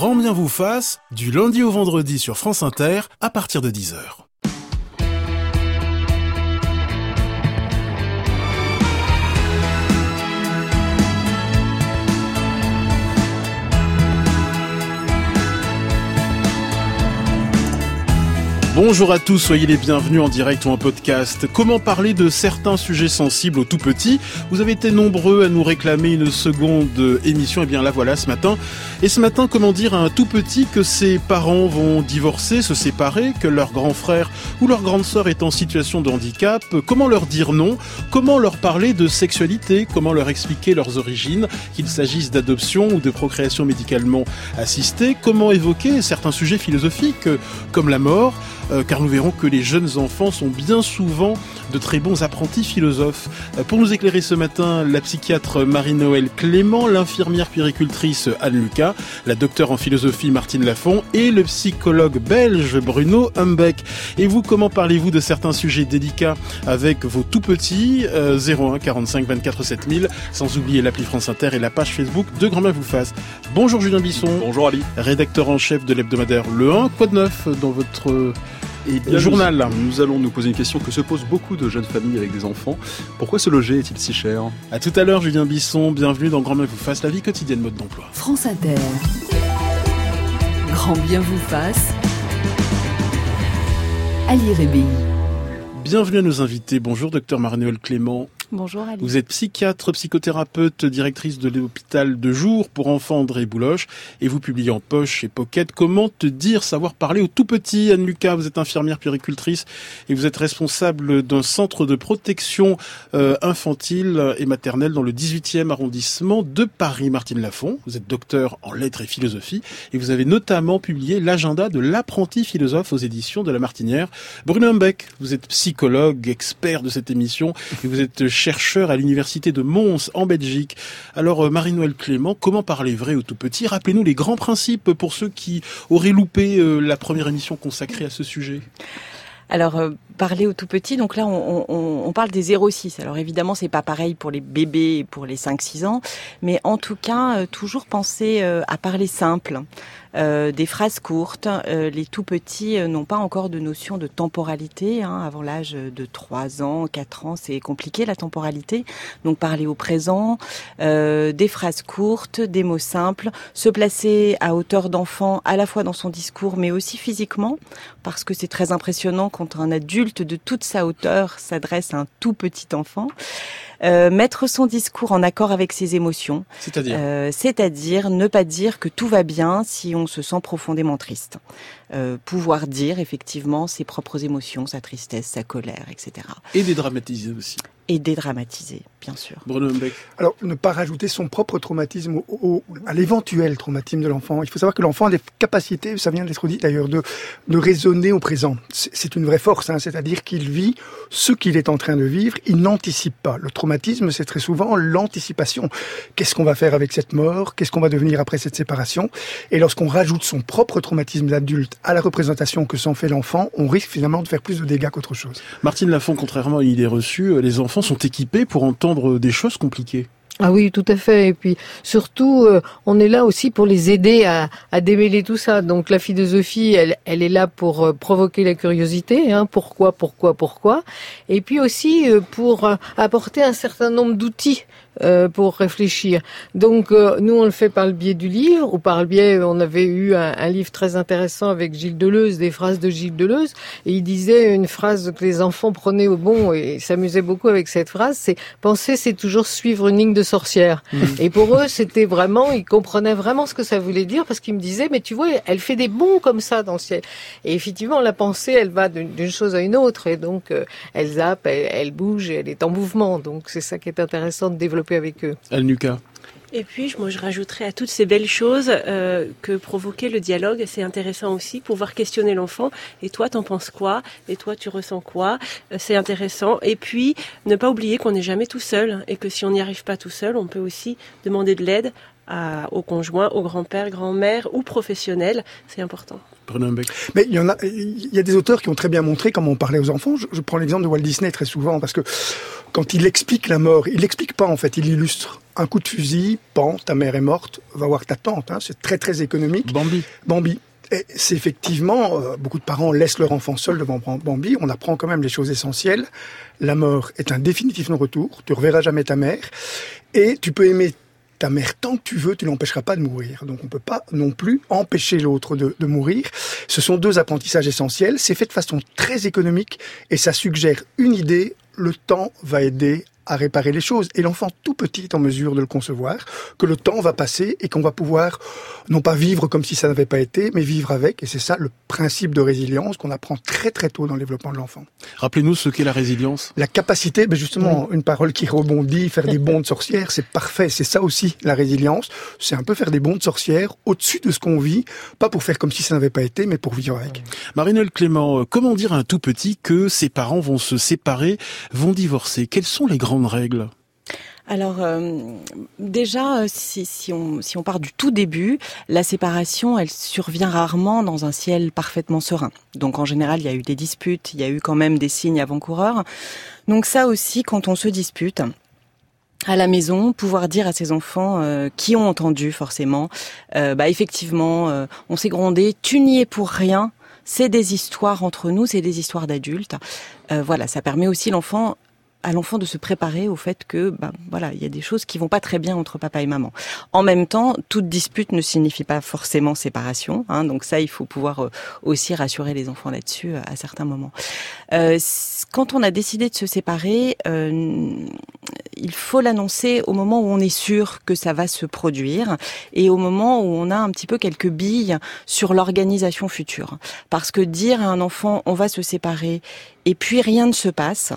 Grand bien vous fasse, du lundi au vendredi sur France Inter, à partir de 10h. Bonjour à tous, soyez les bienvenus en direct ou en podcast. Comment parler de certains sujets sensibles aux tout petits ? Vous avez été nombreux à nous réclamer une seconde émission, et bien la voilà ce matin. Et ce matin, comment dire à un tout petit que ses parents vont divorcer, se séparer, que leur grand frère ou leur grande sœur est en situation de handicap ? Comment leur dire non ? Comment leur parler de sexualité ? Comment leur expliquer leurs origines, qu'il s'agisse d'adoption ou de procréation médicalement assistée ? Comment évoquer certains sujets philosophiques comme la mort ? Car nous verrons que les jeunes enfants sont bien souvent de très bons apprentis philosophes. Pour nous éclairer ce matin, la psychiatre Marie-Noëlle Clément, l'infirmière puéricultrice Anne Lucas, la docteure en philosophie Martine Lafont et le psychologue belge Bruno Humbeck. Et vous, comment parlez-vous de certains sujets délicats avec vos tout-petits 01 45 24 7000, sans oublier l'appli France Inter et la page Facebook de Grand Bien vous fasse. Bonjour Julien Bisson. Bonjour Ali. Rédacteur en chef de l'hebdomadaire Le 1. Quoi de neuf dans votre journal ? Nous allons nous poser une question que se posent beaucoup de jeunes familles avec des enfants. Pourquoi se loger est-il si cher ? À tout à l'heure, Julien Bisson. Bienvenue dans Grand Bien vous fasse, la vie quotidienne mode d'emploi. France Inter. Grand Bien vous fasse. Ali Rébi. Bienvenue à nos invités. Bonjour, docteur Marie-Noëlle Clément. Bonjour Ali. Vous êtes psychiatre, psychothérapeute, directrice de l'hôpital de jour pour enfants André Bouloche et vous publiez en poche chez Pocket Comment te dire savoir parler aux tout petits. Anne Lucas, vous êtes infirmière puéricultrice et vous êtes responsable d'un centre de protection infantile et maternelle dans le 18e arrondissement de Paris. Martine Lafont, vous êtes docteur en lettres et philosophie et vous avez notamment publié l'agenda de l'apprenti philosophe aux éditions de La Martinière. Bruno Humbeck, vous êtes psychologue, expert de cette émission et vous êtes chercheur à l'université de Mons en Belgique. Alors Marie-Noëlle Clément, comment parler vrai aux tout petits ? Rappelez-nous les grands principes pour ceux qui auraient loupé la première émission consacrée à ce sujet. Alors, parler aux tout petits, donc là, on parle des 0-6. Alors évidemment, c'est pas pareil pour les bébés et pour les 5-6 ans, mais en tout cas, toujours penser à parler simple. Des phrases courtes. Les tout petits n'ont pas encore de notion de temporalité. Avant l'âge de 3 ans, 4 ans, c'est compliqué la temporalité. Donc parler au présent, des phrases courtes, des mots simples, se placer à hauteur d'enfant à la fois dans son discours mais aussi physiquement, parce que c'est très impressionnant quand un adulte de toute sa hauteur s'adresse à un tout petit enfant. Mettre son discours en accord avec ses émotions. C'est-à-dire ne pas dire que tout va bien si on se sent profondément triste. Pouvoir dire effectivement ses propres émotions, sa tristesse, sa colère, etc. Et dédramatiser aussi. Et dédramatiser, bien sûr. Bruno Humbeck. Alors, ne pas rajouter son propre traumatisme à l'éventuel traumatisme de l'enfant. Il faut savoir que l'enfant a des capacités, ça vient d'être dit d'ailleurs, de raisonner au présent. C'est une vraie force, c'est-à-dire qu'il vit ce qu'il est en train de vivre, il n'anticipe pas. Le traumatisme, c'est très souvent l'anticipation. Qu'est-ce qu'on va faire avec cette mort ? Qu'est-ce qu'on va devenir après cette séparation ? Et lorsqu'on rajoute son propre traumatisme d'adulte à la représentation que s'en fait l'enfant, on risque finalement de faire plus de dégâts qu'autre chose. Martine Lafont, contrairement à une idée reçue, les enfants sont équipés pour entendre des choses compliquées. Ah oui, tout à fait. Et puis surtout, on est là aussi pour les aider à démêler tout ça. Donc la philosophie, elle est là pour provoquer la curiosité. Pourquoi. Et puis aussi pour apporter un certain nombre d'outils pour réfléchir. Donc nous on le fait par le biais du livre ou par le biais, on avait eu un livre très intéressant avec Gilles Deleuze, des phrases de Gilles Deleuze, et il disait une phrase que les enfants prenaient au bon et s'amusaient beaucoup avec cette phrase, c'est penser c'est toujours suivre une ligne de sorcière. Et pour eux c'était vraiment, ils comprenaient vraiment ce que ça voulait dire parce qu'ils me disaient mais tu vois elle fait des bonds comme ça dans le ciel. Et effectivement la pensée elle va d'une chose à une autre et donc elle zappe, elle bouge, elle est en mouvement. Donc c'est ça qui est intéressant de développer avec eux. Anne Lucas. Et puis, moi, je rajouterais à toutes ces belles choses que provoquer le dialogue, c'est intéressant aussi, pouvoir questionner l'enfant. Et toi, t'en penses quoi ? Et toi, tu ressens quoi ? C'est intéressant. Et puis, ne pas oublier qu'on n'est jamais tout seul et que si on n'y arrive pas tout seul, on peut aussi demander de l'aide au conjoint, au grand-père, grand-mère ou professionnel. C'est important. Mais il y a des auteurs qui ont très bien montré comment on parlait aux enfants. Je prends l'exemple de Walt Disney très souvent parce que quand il explique la mort, il l'explique pas en fait, il illustre. un coup de fusil, pan, ta mère est morte, va voir ta tante. C'est très très économique. Bambi. Et c'est effectivement, beaucoup de parents laissent leur enfant seul devant Bambi. On apprend quand même les choses essentielles. La mort est un définitif non-retour. Tu reverras jamais ta mère. Et tu peux aimer ta mère tant que tu veux, tu l'empêcheras pas de mourir. Donc on peut pas non plus empêcher l'autre de mourir. Ce sont 2 apprentissages essentiels. C'est fait de façon très économique et ça suggère une idée. Le temps va aider à réparer les choses. Et l'enfant tout petit est en mesure de le concevoir, que le temps va passer et qu'on va pouvoir, non pas vivre comme si ça n'avait pas été, mais vivre avec. Et c'est ça le principe de résilience qu'on apprend très très tôt dans le développement de l'enfant. Rappelez-nous ce qu'est la résilience. La capacité, justement, une parole qui rebondit, faire des bonds de sorcière, c'est parfait. C'est ça aussi, la résilience. C'est un peu faire des bonds de sorcière au-dessus de ce qu'on vit, pas pour faire comme si ça n'avait pas été, mais pour vivre avec. Marie-Noëlle Clément, comment dire à un tout petit que ses parents vont se séparer, vont divorcer? Quelles sont les grandes règles? Alors déjà, si on part du tout début, la séparation, elle survient rarement dans un ciel parfaitement serein. Donc en général, il y a eu des disputes, il y a eu quand même des signes avant-coureurs. Donc ça aussi, quand on se dispute, à la maison, pouvoir dire à ses enfants qui ont entendu forcément, effectivement, on s'est grondé, tu n'y es pour rien, c'est des histoires entre nous, c'est des histoires d'adultes. Voilà, ça permet aussi à l'enfant de se préparer au fait que, il y a des choses qui vont pas très bien entre papa et maman. En même temps, toute dispute ne signifie pas forcément séparation, donc ça, il faut pouvoir aussi rassurer les enfants là-dessus à certains moments. Quand on a décidé de se séparer, il faut l'annoncer au moment où on est sûr que ça va se produire et au moment où on a un petit peu quelques billes sur l'organisation future. Parce que dire à un enfant, on va se séparer et puis rien ne se passe,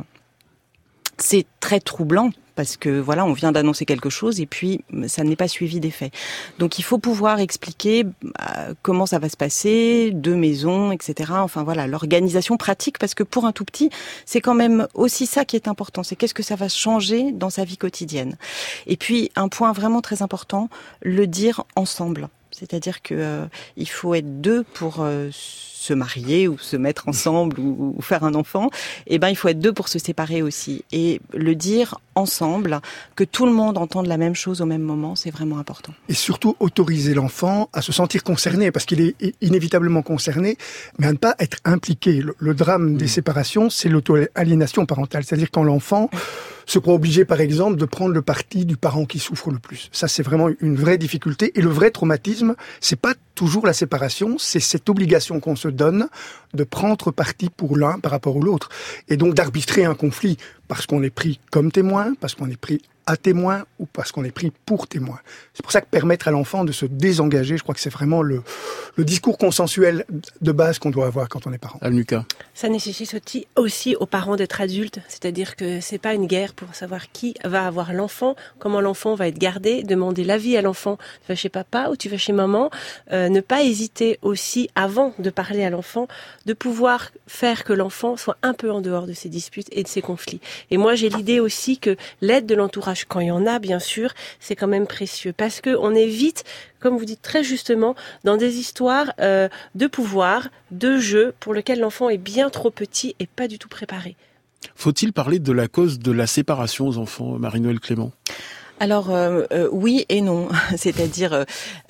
c'est très troublant parce que voilà, on vient d'annoncer quelque chose et puis ça n'est pas suivi d'effet. Donc il faut pouvoir expliquer comment ça va se passer, 2 maisons, etc. Enfin voilà, l'organisation pratique, parce que pour un tout petit, c'est quand même aussi ça qui est important. C'est qu'est-ce que ça va changer dans sa vie quotidienne. Et puis un point vraiment très important, le dire ensemble. C'est-à-dire que il faut être 2 pour se marier ou se mettre ensemble ou faire un enfant. Et il faut être 2 pour se séparer aussi. Et le dire ensemble, que tout le monde entende la même chose au même moment, c'est vraiment important. Et surtout autoriser l'enfant à se sentir concerné, parce qu'il est inévitablement concerné, mais à ne pas être impliqué. Le drame des séparations, c'est l'auto-aliénation parentale. C'est-à-dire quand l'enfant se croit obligé, par exemple, de prendre le parti du parent qui souffre le plus. Ça, c'est vraiment une vraie difficulté. Et le vrai traumatisme, c'est pas toujours la séparation, c'est cette obligation qu'on se donne de prendre parti pour l'un par rapport à l'autre. Et donc d'arbitrer un conflit parce qu'on est pris comme témoin, parce qu'on est pris à témoin ou parce qu'on est pris pour témoin. C'est pour ça que permettre à l'enfant de se désengager, je crois que c'est vraiment le discours consensuel de base qu'on doit avoir quand on est parent. Alnuka. Ça nécessite aussi aux parents d'être adultes, c'est-à-dire que c'est pas une guerre pour savoir qui va avoir l'enfant, comment l'enfant va être gardé, demander l'avis à l'enfant. Tu vas chez papa ou tu vas chez maman, ne pas hésiter aussi avant de parler à l'enfant, de pouvoir faire que l'enfant soit un peu en dehors de ses disputes et de ses conflits. Et moi j'ai l'idée aussi que l'aide de l'entourage, quand il y en a, bien sûr, c'est quand même précieux. Parce que on évite, comme vous dites très justement, dans des histoires de pouvoir, de jeu, pour lesquels l'enfant est bien trop petit et pas du tout préparé. Faut-il parler de la cause de la séparation aux enfants, Marie-Noëlle Clément ? Alors oui et non, c'est-à-dire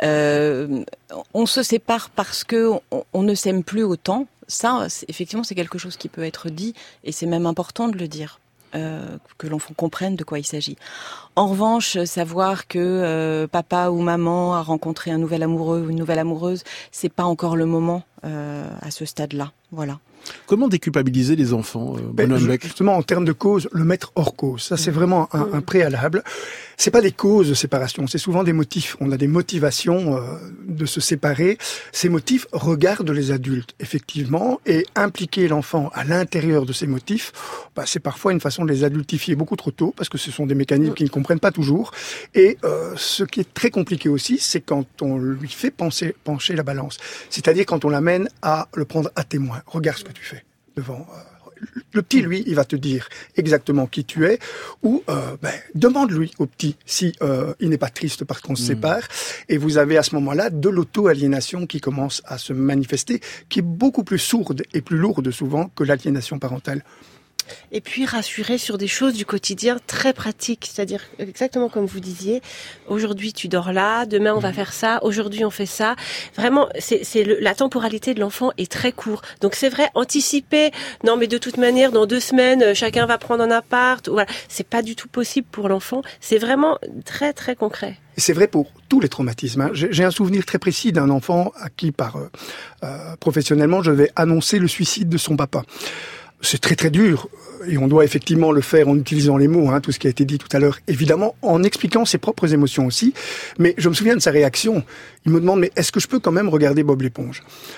on se sépare parce que on ne s'aime plus autant. Ça, effectivement, c'est quelque chose qui peut être dit et c'est même important de le dire. Que l'enfant comprenne de quoi il s'agit. En revanche, savoir que papa ou maman a rencontré un nouvel amoureux ou une nouvelle amoureuse, c'est pas encore le moment à ce stade-là. Voilà. Comment déculpabiliser les enfants, Bonhomme Beck ? Justement, en termes de cause, le mettre hors cause. Ça, c'est vraiment un préalable. C'est pas des causes de séparation, c'est souvent des motifs. On a des motivations de se séparer. Ces motifs regardent les adultes, effectivement, et impliquer l'enfant à l'intérieur de ces motifs, c'est parfois une façon de les adultifier beaucoup trop tôt, parce que ce sont des mécanismes qu'ils ne comprennent pas toujours. Et ce qui est très compliqué aussi, c'est quand on lui fait pencher la balance. C'est-à-dire quand on l'amène à le prendre à témoin. Regarde ce que tu fais devant... Le petit, lui, il va te dire exactement qui tu es, ou demande-lui au petit si il n'est pas triste parce qu'on se sépare. Et vous avez à ce moment-là de l'auto-aliénation qui commence à se manifester, qui est beaucoup plus sourde et plus lourde souvent que l'aliénation parentale. Et puis rassurer sur des choses du quotidien très pratiques, c'est-à-dire exactement comme vous disiez, aujourd'hui tu dors là, demain on va faire ça, aujourd'hui on fait ça. Vraiment, la temporalité de l'enfant est très courte. Donc c'est vrai, anticiper, non mais de toute manière dans 2 semaines chacun va prendre un appart, voilà, c'est pas du tout possible pour l'enfant. C'est vraiment très très concret. Et c'est vrai pour tous les traumatismes. Hein. J'ai un souvenir très précis d'un enfant à qui, professionnellement, je vais annoncer le suicide de son papa. C'est très très dur et on doit effectivement le faire en utilisant les mots, hein, tout ce qui a été dit tout à l'heure, évidemment en expliquant ses propres émotions aussi. Mais je me souviens de sa réaction. Il me demande mais est-ce que je peux quand même regarder Bob l'éponge ?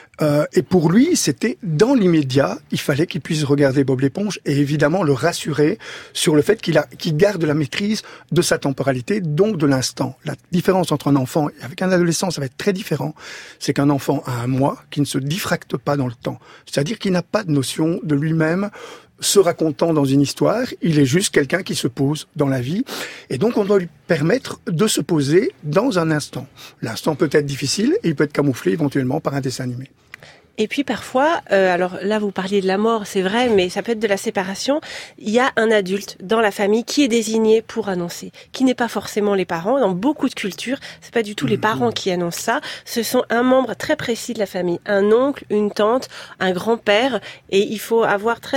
Et pour lui, c'était dans l'immédiat, il fallait qu'il puisse regarder Bob l'éponge et évidemment le rassurer sur le fait qu'il garde la maîtrise de sa temporalité, donc de l'instant. La différence entre un enfant et avec un adolescent, ça va être très différent. C'est qu'un enfant a un moi qui ne se diffracte pas dans le temps. C'est-à-dire qu'il n'a pas de notion de lui-même se racontant dans une histoire, il est juste quelqu'un qui se pose dans la vie. Et donc, on doit lui permettre de se poser dans un instant. L'instant peut être difficile et il peut être camouflé éventuellement par un dessin animé. Et puis parfois, alors là vous parliez de la mort, c'est vrai, mais ça peut être de la séparation. Il y a un adulte dans la famille qui est désigné pour annoncer, qui n'est pas forcément les parents. Dans beaucoup de cultures, c'est pas du tout les parents qui annoncent ça. Ce sont un membre très précis de la famille, un oncle, une tante, un grand-père, et il faut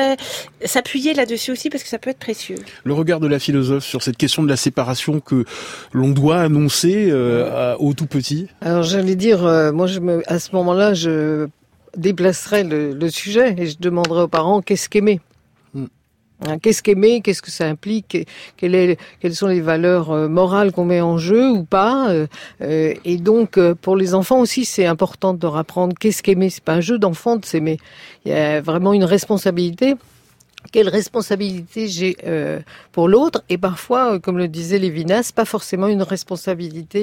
s'appuyer là-dessus aussi parce que ça peut être précieux. Le regard de la philosophe sur cette question de la séparation que l'on doit annoncer aux tout petits. Alors j'allais dire, à ce moment-là, je déplacerai le sujet et je demanderai aux parents qu'est-ce qu'aimer. Qu'est-ce qu'aimer, qu'est-ce que ça implique, quelles sont les valeurs morales qu'on met en jeu ou pas. Et donc pour les enfants aussi, c'est important de leur apprendre qu'est-ce qu'aimer. C'est pas un jeu d'enfant de s'aimer. Il y a vraiment une responsabilité. Quelle responsabilité j'ai pour l'autre, et parfois, comme le disait Lévinas, pas forcément une responsabilité.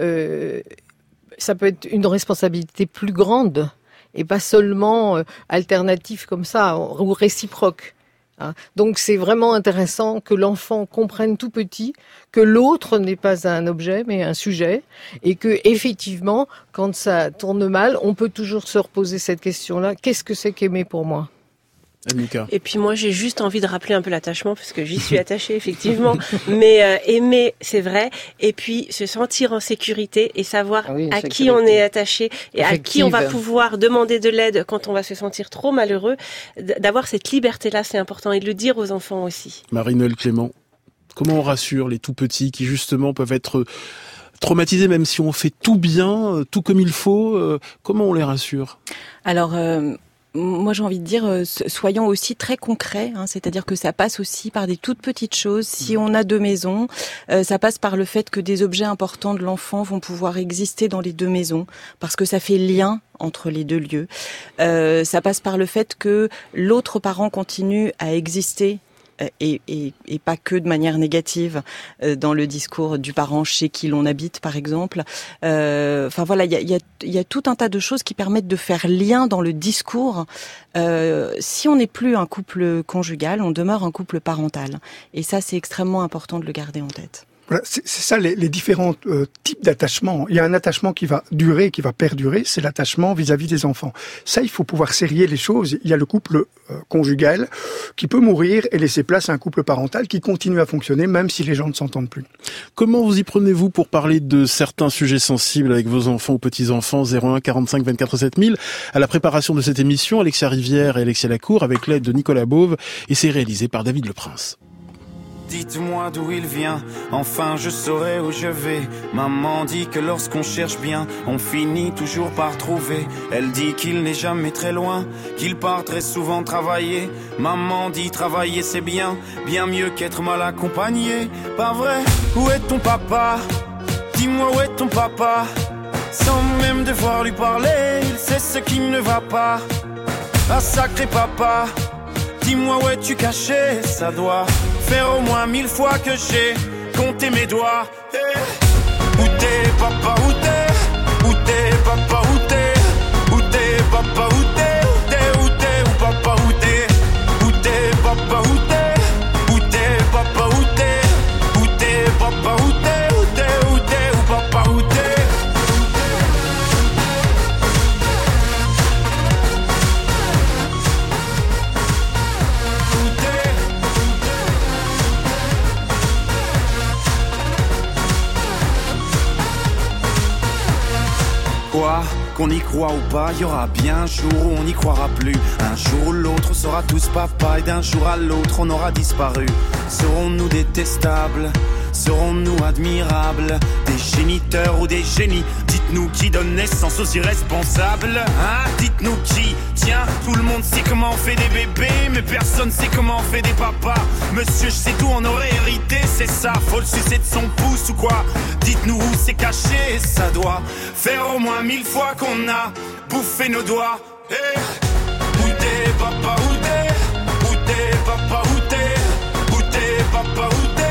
Ça peut être une responsabilité plus grande. Et pas seulement alternatif comme ça, ou réciproque. Donc c'est vraiment intéressant que l'enfant comprenne tout petit que l'autre n'est pas un objet, mais un sujet, et que effectivement, quand ça tourne mal, on peut toujours se reposer cette question-là. Qu'est-ce que c'est qu'aimer pour moi ? Annika. Et puis moi j'ai juste envie de rappeler un peu l'attachement parce que j'y suis attachée effectivement, mais aimer c'est vrai, et puis se sentir en sécurité et savoir à qui on est attaché et à qui on va pouvoir demander de l'aide quand on va se sentir trop malheureux, d'avoir cette liberté-là c'est important, et de le dire aux enfants aussi. Marie-Noëlle Clément, comment on rassure les tout petits qui justement peuvent être traumatisés même si on fait tout bien, tout comme il faut, comment on les rassure ? Alors moi, j'ai envie de dire, soyons aussi très concrets, hein, c'est-à-dire que ça passe aussi par des toutes petites choses. Si on a 2 maisons, ça passe par le fait que des objets importants de l'enfant vont pouvoir exister dans les 2 maisons, parce que ça fait lien entre les 2 lieux. Ça passe par le fait que l'autre parent continue à exister, et pas que de manière négative dans le discours du parent chez qui l'on habite par exemple. Enfin voilà, il y a tout un tas de choses qui permettent de faire lien dans le discours. Si on n'est plus un couple conjugal, on demeure un couple parental, et ça c'est extrêmement important de le garder en tête. Voilà, c'est ça les différents types d'attachement. Il y a un attachement qui va durer, qui va perdurer, c'est l'attachement vis-à-vis des enfants. Ça, il faut pouvoir serrer les choses. Il y a le couple conjugal qui peut mourir et laisser place à un couple parental qui continue à fonctionner même si les gens ne s'entendent plus. Comment vous y prenez-vous pour parler de certains sujets sensibles avec vos enfants ou petits-enfants? 01 45 24 7000. À la préparation de cette émission, Alexia Rivière et Alexia Lacour avec l'aide de Nicolas Beauve, et c'est réalisé par David Leprince. Dites-moi d'où il vient, enfin je saurai où je vais. Maman dit que lorsqu'on cherche bien, on finit toujours par trouver. Elle dit qu'il n'est jamais très loin, qu'il part très souvent travailler. Maman dit travailler c'est bien, bien mieux qu'être mal accompagné. Pas vrai? Où est ton papa? Dis-moi où est ton papa? Sans même devoir lui parler, il sait ce qui ne va pas. Ah sacré papa, dis-moi où es-tu caché? Ça doit faire au moins 1000 fois que j'ai compté mes doigts. Hey. Où t'es papa, où t'es? Où t'es papa, où t'es? Où t'es papa, où t'es? Où t'es, où t'es, où papa, où t'es? Où t'es papa, où t'es? Où t'es papa, où t'es? Où t'es papa, où t'es? Où t'es, où t'es, où papa, où t'es? Où t'es? quoi, qu'on y croit ou pas, il y aura bien un jour où on n'y croira plus. Un jour ou l'autre, on sera tous papa, et d'un jour à l'autre, on aura disparu. Serons-nous détestables? Serons-nous admirables? Des géniteurs ou des génies? Dites-nous qui donne naissance aux irresponsables, hein? Dites-nous qui? Tiens, tout le monde sait comment on fait des bébés, mais personne sait comment on fait des papas. Monsieur, je sais tout, on aurait hérité, c'est ça. Faut le sucer de son pouce ou quoi? Dites-nous où c'est caché, ça doit faire au moins 1000 fois qu'on a bouffé nos doigts. Hey. Où t'es, papa, où t'es? Où t'es, papa, où t'es? Où t'es, papa, où t'es?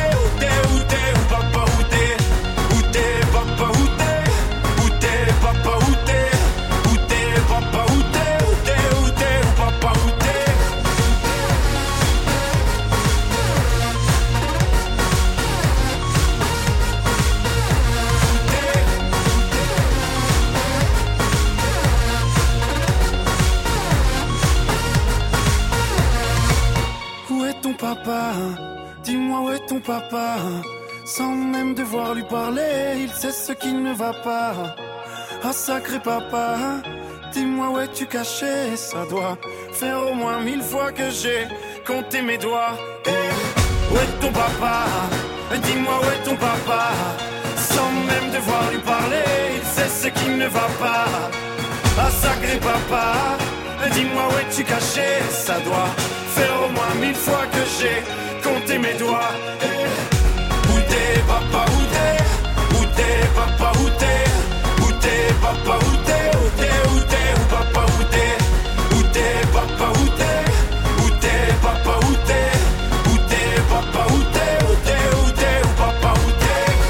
Papa, dis-moi où est ton papa? Sans même devoir lui parler, il sait ce qui ne va pas. Ah sacré papa, dis-moi où es-tu caché? Ça doit faire au moins 1000 fois que j'ai compté mes doigts. Hey, où est ton papa? Dis-moi où est ton papa? Sans même devoir lui parler, il sait ce qui ne va pas. Ah sacré papa, dis-moi où es-tu caché? Ça doit faire au moins 1000 fois que j'ai compté mes doigts. Hey. Où t'es, papa, où t'es? Où t'es, papa, où t'es? Où t'es, papa, où t'es? Où t'es, où t'es, où papa, où t'es? Où t'es, papa, où t'es? Où t'es, papa, où t'es? Où t'es, papa, où t'es? Où t'es, où t'es, où papa, où t'es?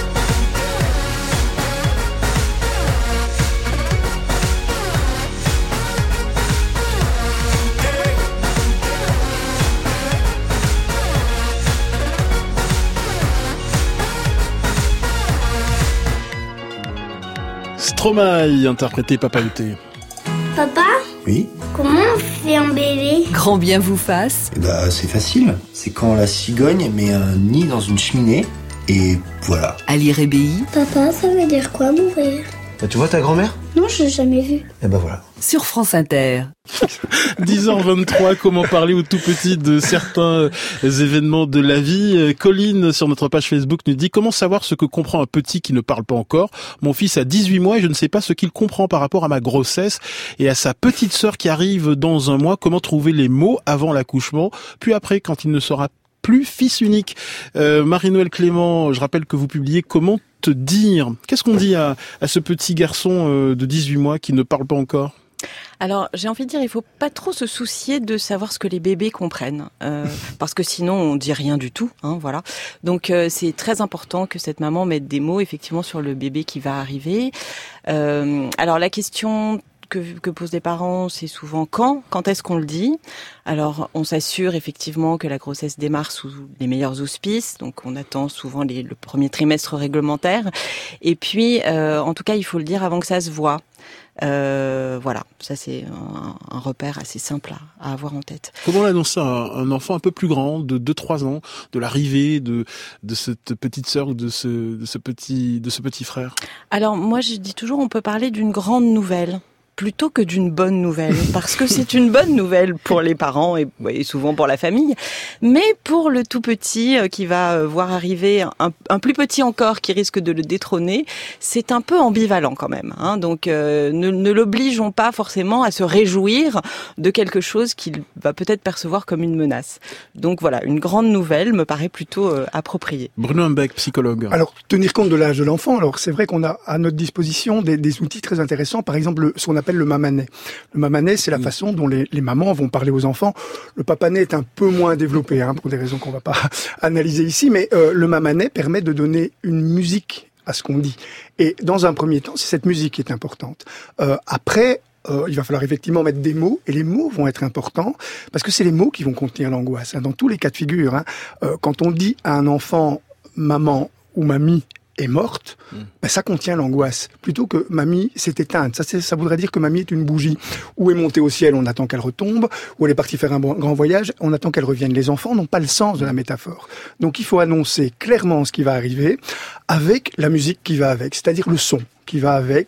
Stromae, interprété Papa Outé. Papa? Oui? Comment on fait un bébé? Grand bien vous fasse. C'est facile. C'est quand la cigogne met un nid dans une cheminée et voilà. À lire Rébéi. Papa, ça veut dire quoi mourir? Tu vois ta grand-mère? Non, je l'ai jamais vue. Et voilà. Sur France Inter. 10h23, comment parler aux tout petits de certains événements de la vie. Colline, sur notre page Facebook, nous dit: comment savoir ce que comprend un petit qui ne parle pas encore? Mon fils a 18 mois et je ne sais pas ce qu'il comprend par rapport à ma grossesse et à sa petite sœur qui arrive dans un mois. Comment trouver les mots avant l'accouchement, puis après quand il ne sera plus fils unique? Marie-Noël Clément, je rappelle que vous publiez Comment te dire. Qu'est-ce qu'on dit à ce petit garçon de 18 mois qui ne parle pas encore? Alors, j'ai envie de dire, il faut pas trop se soucier de savoir ce que les bébés comprennent, parce que sinon on dit rien du tout, hein, voilà. Donc c'est très important que cette maman mette des mots effectivement sur le bébé qui va arriver. Alors la question que posent les parents, c'est souvent quand est-ce qu'on le dit? Alors, on s'assure effectivement que la grossesse démarre sous les meilleurs auspices, donc on attend souvent le premier trimestre réglementaire. Et puis, en tout cas, il faut le dire avant que ça se voit. Voilà, ça c'est un repère assez simple à avoir en tête. Comment l'annoncer à un enfant un peu plus grand, de 2-3 ans, de l'arrivée de cette petite sœur ou de ce petit frère? Alors, moi je dis toujours, on peut parler d'une grande nouvelle plutôt que d'une bonne nouvelle, parce que c'est une bonne nouvelle pour les parents et souvent pour la famille, mais pour le tout petit qui va voir arriver un plus petit encore qui risque de le détrôner, c'est un peu ambivalent quand même, hein. Donc ne l'obligeons pas forcément à se réjouir de quelque chose qu'il va peut-être percevoir comme une menace. Donc voilà, une grande nouvelle me paraît plutôt appropriée. Bruno Humbeck, psychologue. Alors, tenir compte de l'âge de l'enfant, alors c'est vrai qu'on a à notre disposition des outils très intéressants, par exemple ce qu'on appelle le mamanet. Le mamanet, c'est la façon dont les mamans vont parler aux enfants. Le papanet est un peu moins développé, hein, pour des raisons qu'on va pas analyser ici, mais le mamanet permet de donner une musique à ce qu'on dit. Et dans un premier temps, c'est cette musique qui est importante. Après, il va falloir effectivement mettre des mots, et les mots vont être importants, parce que c'est les mots qui vont contenir l'angoisse, hein, dans tous les cas de figure. Hein. Quand on dit à un enfant « maman » ou « mamie », est morte, ça contient l'angoisse. Plutôt que mamie s'est éteinte. Ça voudrait dire que mamie est une bougie. Ou est montée au ciel, on attend qu'elle retombe. Ou elle est partie faire un grand voyage, on attend qu'elle revienne. Les enfants n'ont pas le sens de la métaphore. Donc il faut annoncer clairement ce qui va arriver avec la musique qui va avec, c'est-à-dire le son qui va avec,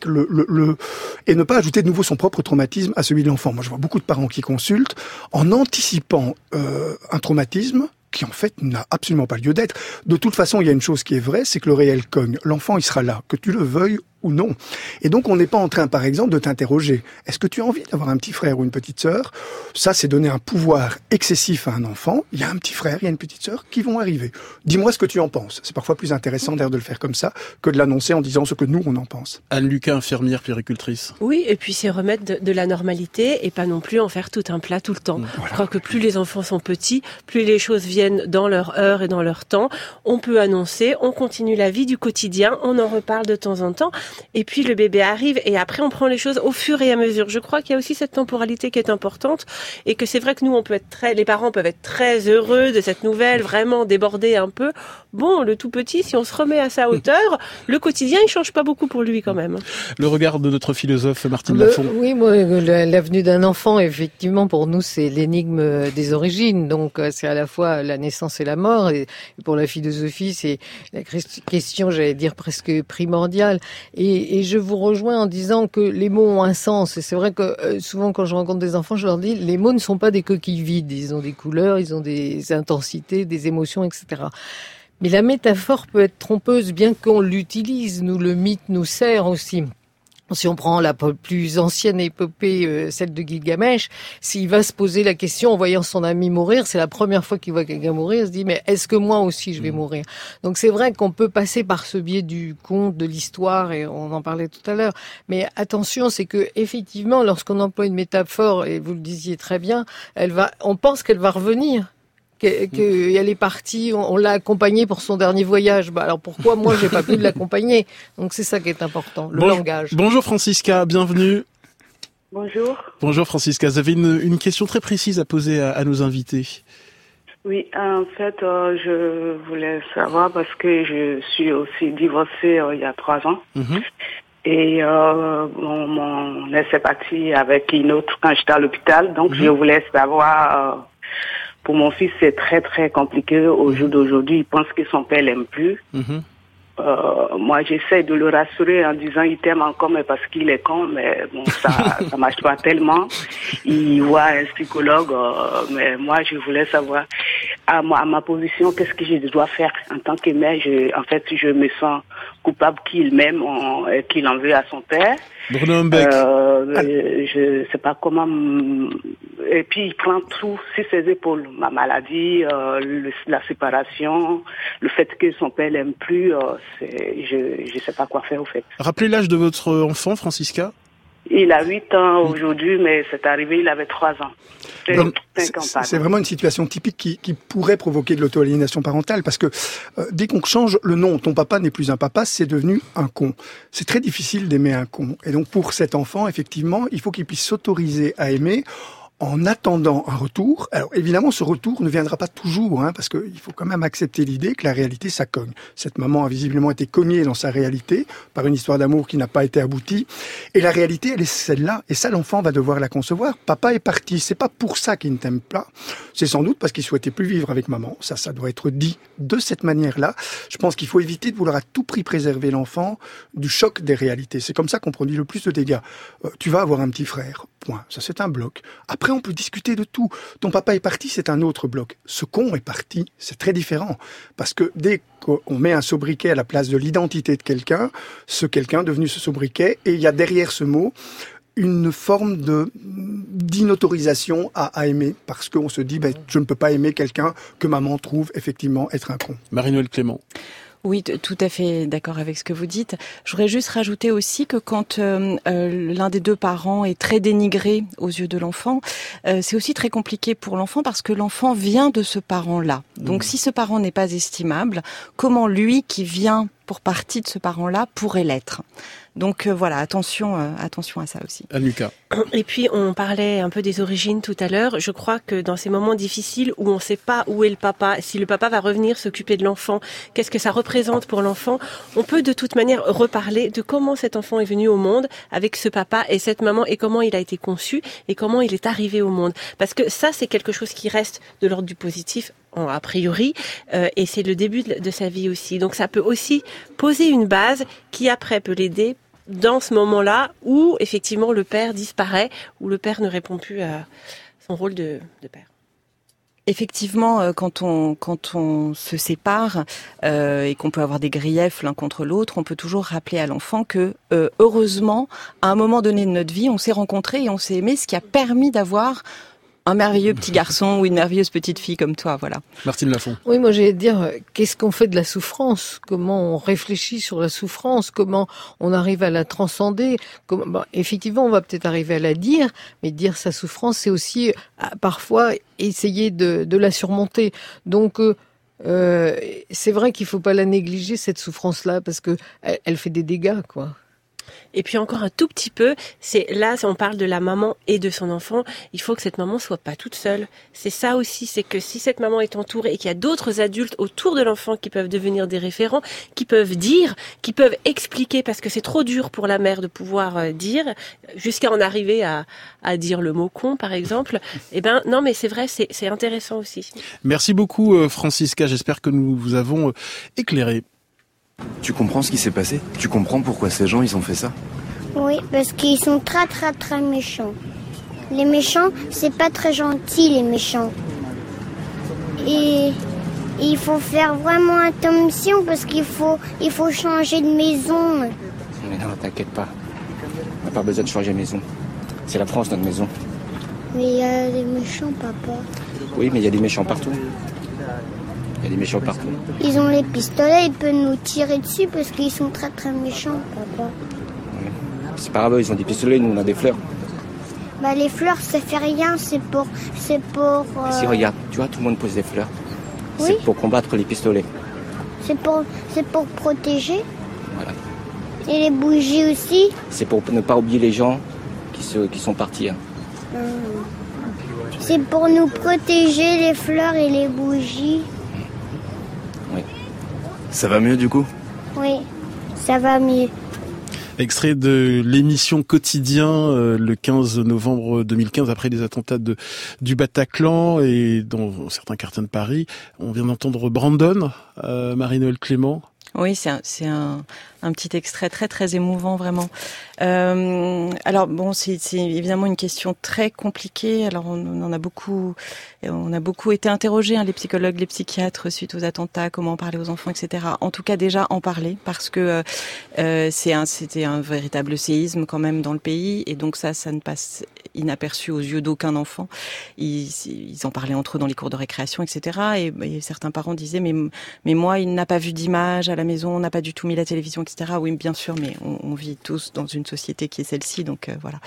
et ne pas ajouter de nouveau son propre traumatisme à celui de l'enfant. Moi, je vois beaucoup de parents qui consultent en anticipant un traumatisme qui en fait n'a absolument pas lieu d'être. De toute façon, il y a une chose qui est vraie, c'est que le réel cogne. L'enfant, il sera là, que tu le veuilles ou non. Et donc, on n'est pas en train, par exemple, de t'interroger. Est-ce que tu as envie d'avoir un petit frère ou une petite sœur ? Ça, c'est donner un pouvoir excessif à un enfant. Il y a un petit frère, il y a une petite sœur qui vont arriver. Dis-moi ce que tu en penses. C'est parfois plus intéressant d'ailleurs de le faire comme ça que de l'annoncer en disant ce que nous, on en pense. Anne Lucas, infirmière, puéricultrice. Oui, et puis c'est remettre de la normalité et pas non plus en faire tout un plat tout le temps. Voilà. Je crois que plus les enfants sont petits, plus les choses viennent dans leur heure et dans leur temps. On peut annoncer, on continue la vie du quotidien, on en reparle de temps en temps. Et puis le bébé arrive et après on prend les choses au fur et à mesure. Je crois qu'il y a aussi cette temporalité qui est importante et que c'est vrai que nous les parents peuvent être très heureux de cette nouvelle, vraiment débordés un peu. Bon, le tout petit, si on se remet à sa hauteur, le quotidien il change pas beaucoup pour lui quand même. Le regard de notre philosophe Martine Lafont. Oui, moi, l'avenue d'un enfant, effectivement, pour nous, c'est l'énigme des origines. Donc, c'est à la fois la naissance et la mort. Et pour la philosophie, c'est la question, j'allais dire, presque primordiale. Et je vous rejoins en disant que les mots ont un sens. Et c'est vrai que souvent, quand je rencontre des enfants, je leur dis, les mots ne sont pas des coquilles vides. Ils ont des couleurs, ils ont des intensités, des émotions, etc. Mais la métaphore peut être trompeuse, bien qu'on l'utilise. Nous, le mythe nous sert aussi. Si on prend la plus ancienne épopée, celle de Gilgamesh, s'il va se poser la question en voyant son ami mourir, c'est la première fois qu'il voit quelqu'un mourir, il se dit mais est-ce que moi aussi je vais mourir ? Donc c'est vrai qu'on peut passer par ce biais du conte, de l'histoire, et on en parlait tout à l'heure. Mais attention, c'est que effectivement, lorsqu'on emploie une métaphore, et vous le disiez très bien, on pense qu'elle va revenir. Qu'elle est partie, on l'a accompagnée pour son dernier voyage. Alors pourquoi moi j'ai pas pu l'accompagner ? Donc c'est ça qui est important, le langage. Bonjour Francisca, bienvenue. Bonjour. Bonjour Francisca, vous avez une question très précise à poser à nos invités. Oui, en fait, je voulais savoir parce que je suis aussi divorcée il y a 3 ans. Et mon ex est parti avec une autre quand j'étais à l'hôpital. Donc je voulais savoir... Pour mon fils, c'est très, très compliqué au jour d'aujourd'hui. Il pense que son père l'aime plus. Moi, j'essaie de le rassurer en disant il t'aime encore, mais parce qu'il est con. Mais bon, ça marche pas tellement. Il voit un psychologue. Mais moi, je voulais savoir, à ma position, qu'est-ce que je dois faire en tant que mère. En fait, je me sens coupable qu'il m'aime et qu'il en veut à son père. Bruno Humbeck. Je sais pas comment. Et puis il prend tout sur ses épaules. Ma maladie, la séparation, le fait que son père l'aime plus. Je sais pas quoi faire au fait. Rappelez l'âge de votre enfant, Francisca. Il a 8 ans aujourd'hui, mais c'est arrivé, il avait 3 ans. C'est vraiment une situation typique qui pourrait provoquer de l'auto-aliénation parentale, parce que dès qu'on change le nom, ton papa n'est plus un papa, c'est devenu un con. C'est très difficile d'aimer un con. Et donc pour cet enfant, effectivement, il faut qu'il puisse s'autoriser à aimer en attendant un retour. Alors évidemment, ce retour ne viendra pas toujours, parce qu'il faut quand même accepter l'idée que la réalité, ça cogne. Cette maman a visiblement été cognée dans sa réalité par une histoire d'amour qui n'a pas été aboutie. Et la réalité, elle est celle-là. Et ça, l'enfant va devoir la concevoir. Papa est parti. C'est pas pour ça qu'il ne t'aime pas. C'est sans doute parce qu'il souhaitait plus vivre avec maman. Ça doit être dit de cette manière-là. Je pense qu'il faut éviter de vouloir à tout prix préserver l'enfant du choc des réalités. C'est comme ça qu'on produit le plus de dégâts. Tu vas avoir un petit frère. Point. Ça, c'est un bloc. Après, on peut discuter de tout. Ton papa est parti, c'est un autre bloc. Ce con est parti, c'est très différent. Parce que dès qu'on met un sobriquet à la place de l'identité de quelqu'un, ce quelqu'un est devenu ce sobriquet, et il y a derrière ce mot une forme d'inautorisation à aimer, parce qu'on se dit, je ne peux pas aimer quelqu'un que maman trouve effectivement être un con. Marie-Noëlle Clément. Oui, tout à fait d'accord avec ce que vous dites. Je voudrais juste rajouter aussi que quand l'un des 2 parents est très dénigré aux yeux de l'enfant, c'est aussi très compliqué pour l'enfant parce que l'enfant vient de ce parent-là. Donc si ce parent n'est pas estimable, comment lui qui vient pour partie de ce parent-là pourrait l'être ? Donc voilà, attention à ça aussi. Lucas. Et puis on parlait un peu des origines tout à l'heure. Je crois que dans ces moments difficiles où on ne sait pas où est le papa, si le papa va revenir s'occuper de l'enfant, qu'est-ce que ça représente pour l'enfant, on peut de toute manière reparler de comment cet enfant est venu au monde avec ce papa et cette maman et comment il a été conçu et comment il est arrivé au monde. Parce que ça, c'est quelque chose qui reste de l'ordre du positif a priori, et c'est le début de sa vie aussi. Donc ça peut aussi poser une base qui après peut l'aider dans ce moment-là où effectivement le père disparaît, où le père ne répond plus à son rôle de père. Effectivement, quand on se sépare et qu'on peut avoir des griefs l'un contre l'autre, on peut toujours rappeler à l'enfant que heureusement, à un moment donné de notre vie, on s'est rencontrés et on s'est aimés, ce qui a permis d'avoir un merveilleux petit garçon ou une merveilleuse petite fille comme toi, voilà. Martine Lafont. Oui, moi j'allais dire, qu'est-ce qu'on fait de la souffrance ? Comment on réfléchit sur la souffrance ? Comment on arrive à la transcender ? Effectivement, on va peut-être arriver à la dire, mais dire sa souffrance, c'est aussi parfois essayer de la surmonter. Donc, c'est vrai qu'il faut pas la négliger, cette souffrance-là, parce que elle fait des dégâts, quoi. Et puis encore un tout petit peu, on parle de la maman et de son enfant, il faut que cette maman soit pas toute seule. C'est ça aussi, c'est que si cette maman est entourée et qu'il y a d'autres adultes autour de l'enfant qui peuvent devenir des référents, qui peuvent dire, qui peuvent expliquer, parce que c'est trop dur pour la mère de pouvoir dire, jusqu'à en arriver à dire le mot con, par exemple. Non, mais c'est vrai, c'est intéressant aussi. Merci beaucoup, Francisca. J'espère que nous vous avons éclairé. Tu comprends ce qui s'est passé ? Tu comprends pourquoi ces gens, ils ont fait ça ? Oui, parce qu'ils sont très très très méchants. Les méchants, c'est pas très gentil, les méchants. Et il faut faire vraiment attention parce qu'il faut changer de maison. Mais non, t'inquiète pas. On n'a pas besoin de changer de maison. C'est la France, notre maison. Mais il y a des méchants, papa. Oui, mais il y a des méchants partout. Il y a des méchants partout. Ils ont les pistolets, ils peuvent nous tirer dessus parce qu'ils sont très très méchants, papa. Oui. C'est pas grave, ils ont des pistolets, nous on a des fleurs. Les fleurs, ça fait rien, c'est pour. Si regarde, tu vois, tout le monde pose des fleurs. Oui. C'est pour combattre les pistolets. C'est pour protéger. Voilà. Et les bougies aussi. C'est pour ne pas oublier les gens qui sont partis. Hein. C'est pour nous protéger les fleurs et les bougies. Oui. Ça va mieux du coup ? Oui, ça va mieux. Extrait de l'émission Quotidien le 15 novembre 2015 après les attentats du Bataclan et dans certains quartiers de Paris. On vient d'entendre Brandon, Marie-Noël Clément. Oui, c'est un petit extrait très très émouvant vraiment. Alors bon, c'est évidemment une question très compliquée. Alors on a beaucoup été interrogés, les psychologues, les psychiatres suite aux attentats, comment en parler aux enfants, etc. En tout cas déjà en parler parce que c'était un véritable séisme quand même dans le pays et donc ça ne passe inaperçu aux yeux d'aucun enfant. Ils en parlaient entre eux dans les cours de récréation, etc. Et certains parents disaient mais moi il n'a pas vu d'image à la maison, on n'a pas du tout mis la télévision, etc. Oui, bien sûr, mais on vit tous dans une société qui est celle-ci, donc voilà.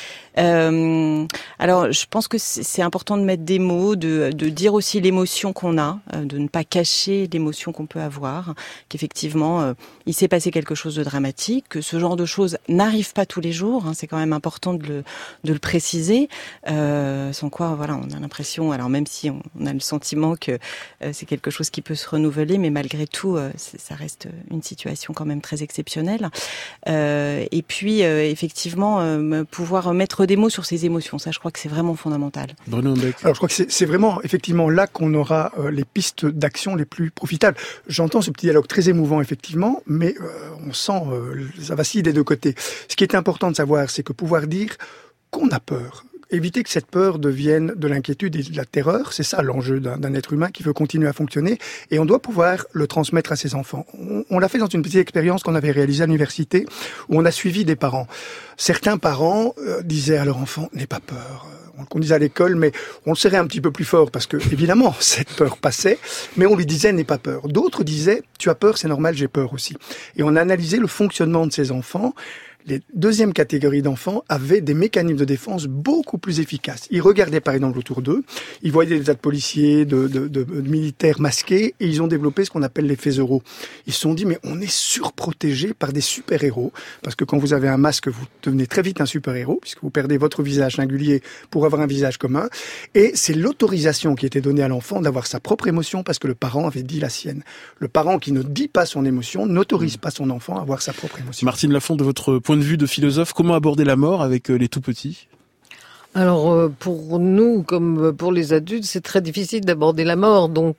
Alors, je pense que c'est important de mettre des mots, de dire aussi l'émotion qu'on a, de ne pas cacher l'émotion qu'on peut avoir, qu'effectivement, il s'est passé quelque chose de dramatique, que ce genre de choses n'arrive pas tous les jours, c'est quand même important de le préciser, sans quoi, voilà, on a l'impression, alors même si on a le sentiment que c'est quelque chose qui peut se renouveler, mais malgré tout, ça reste une situation quand même très exceptionnelle. Et puis, effectivement, pouvoir mettre des mots sur ses émotions, ça je crois que c'est vraiment fondamental. Bruno Beck. Alors je crois que c'est vraiment effectivement là qu'on aura les pistes d'action les plus profitables. J'entends ce petit dialogue très émouvant effectivement, mais on sent ça vacille des deux côtés. Ce qui est important de savoir, c'est que pouvoir dire qu'on a peur, éviter que cette peur devienne de l'inquiétude et de la terreur, c'est ça l'enjeu d'un être humain qui veut continuer à fonctionner, et on doit pouvoir le transmettre à ses enfants. On l'a fait dans une petite expérience qu'on avait réalisée à l'université, où on a suivi des parents. Certains parents disaient à leur enfant « n'aie pas peur ». On disait à l'école, mais on le serrait un petit peu plus fort, parce que évidemment cette peur passait, mais on lui disait « n'aie pas peur ». D'autres disaient « tu as peur, c'est normal, j'ai peur aussi ». Et on a analysé le fonctionnement de ces enfants. Les deuxième catégorie d'enfants avaient des mécanismes de défense beaucoup plus efficaces. Ils regardaient par exemple autour d'eux, ils voyaient des tas de policiers, de militaires masqués, et ils ont développé ce qu'on appelle l'effet Zorro. Ils se sont dit, mais on est surprotégé par des super-héros, parce que quand vous avez un masque, vous devenez très vite un super-héros, puisque vous perdez votre visage singulier pour avoir un visage commun, et c'est l'autorisation qui était donnée à l'enfant d'avoir sa propre émotion, parce que le parent avait dit la sienne. Le parent qui ne dit pas son émotion n'autorise pas son enfant à avoir sa propre émotion. Martine Lafont, de votre point de vue de philosophe, comment aborder la mort avec les tout-petits ? Alors pour nous, comme pour les adultes, c'est très difficile d'aborder la mort. Donc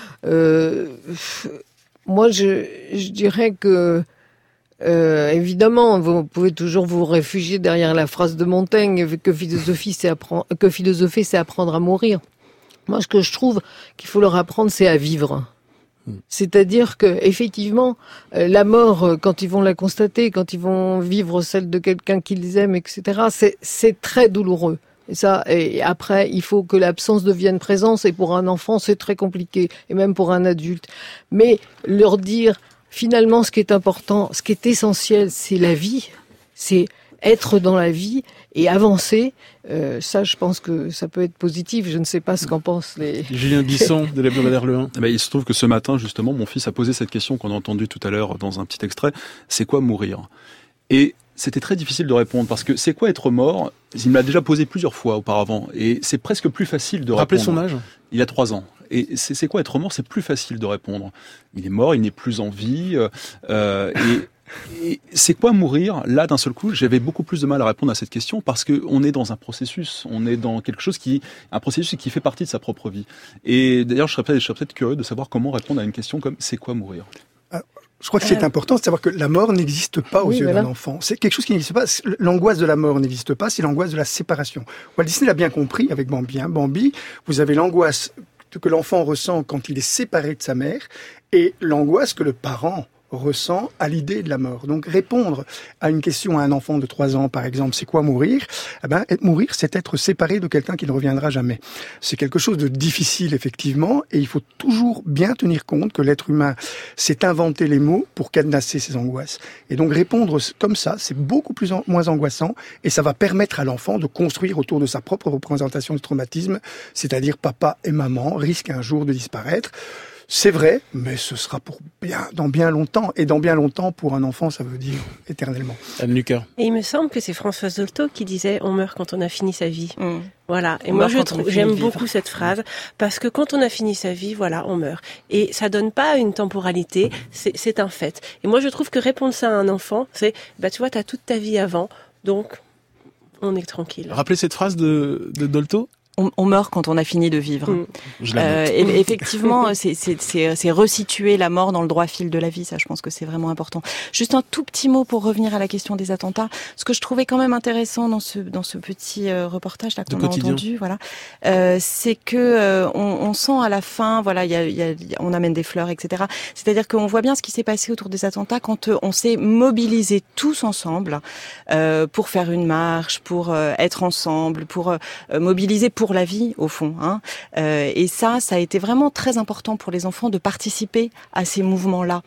moi je dirais que évidemment vous pouvez toujours vous réfugier derrière la phrase de Montaigne que philosopher c'est apprendre à mourir. Moi ce que je trouve qu'il faut leur apprendre c'est à vivre. C'est-à-dire que effectivement, la mort, quand ils vont la constater, quand ils vont vivre celle de quelqu'un qu'ils aiment, etc., c'est très douloureux. Et après, il faut que l'absence devienne présence. Et pour un enfant, c'est très compliqué, et même pour un adulte. Mais leur dire, finalement, ce qui est important, ce qui est essentiel, c'est la vie, c'est être dans la vie et avancer. Ça, je pense que ça peut être positif. Je ne sais pas ce qu'en pensent les... Julien Bisson, de l'hebdomadaire Le 1. Il se trouve que ce matin, justement, mon fils a posé cette question qu'on a entendue tout à l'heure dans un petit extrait. C'est quoi mourir ? Et c'était très difficile de répondre parce que c'est quoi être mort ? Il me l'a déjà posé plusieurs fois auparavant et c'est presque plus facile de Rappelez répondre. Son âge ? Il a 3 ans. Et c'est quoi être mort ? C'est plus facile de répondre. Il est mort, il n'est plus en vie. Et c'est quoi mourir ? Là, d'un seul coup, j'avais beaucoup plus de mal à répondre à cette question parce que on est dans un processus, on est dans quelque chose un processus qui fait partie de sa propre vie. Et d'ailleurs, je serais peut-être curieux de savoir comment répondre à une question comme c'est quoi mourir ? Je crois que c'est important de savoir que la mort n'existe pas aux yeux d'un enfant. C'est quelque chose qui n'existe pas. L'angoisse de la mort n'existe pas, c'est l'angoisse de la séparation. Walt Disney l'a bien compris avec Bambi. Bambi, vous avez l'angoisse que l'enfant ressent quand il est séparé de sa mère et l'angoisse que le parent ressent à l'idée de la mort. Donc répondre à une question à un enfant de 3 ans, par exemple, c'est quoi mourir ? Mourir, c'est être séparé de quelqu'un qui ne reviendra jamais. C'est quelque chose de difficile, effectivement, et il faut toujours bien tenir compte que l'être humain s'est inventé les mots pour cadenasser ses angoisses. Et donc répondre comme ça, c'est beaucoup moins angoissant, et ça va permettre à l'enfant de construire autour de sa propre représentation du traumatisme, c'est-à-dire papa et maman risquent un jour de disparaître. C'est vrai, mais ce sera dans bien longtemps. Et dans bien longtemps, pour un enfant, ça veut dire éternellement. Anne Lucas. Et il me semble que c'est Françoise Dolto qui disait « On meurt quand on a fini sa vie ». Voilà. Et moi, j'aime beaucoup cette phrase parce que quand on a fini sa vie, voilà, on meurt. Et ça donne pas une temporalité, c'est un fait. Et moi, je trouve que répondre ça à un enfant, c'est tu vois, t'as toute ta vie avant, donc on est tranquille. Rappelez cette phrase de Dolto. On meurt quand on a fini de vivre. Je la note. Effectivement, c'est resituer la mort dans le droit fil de la vie. Ça, je pense que c'est vraiment important. Juste un tout petit mot pour revenir à la question des attentats. Ce que je trouvais quand même intéressant dans ce petit reportage là qu'on a entendu, voilà, c'est que on sent à la fin, voilà, on amène des fleurs, etc. C'est-à-dire qu'on voit bien ce qui s'est passé autour des attentats quand on s'est mobilisés tous ensemble pour faire une marche, pour être ensemble, pour mobiliser pour la vie, au fond. Et ça a été vraiment très important pour les enfants de participer à ces mouvements-là.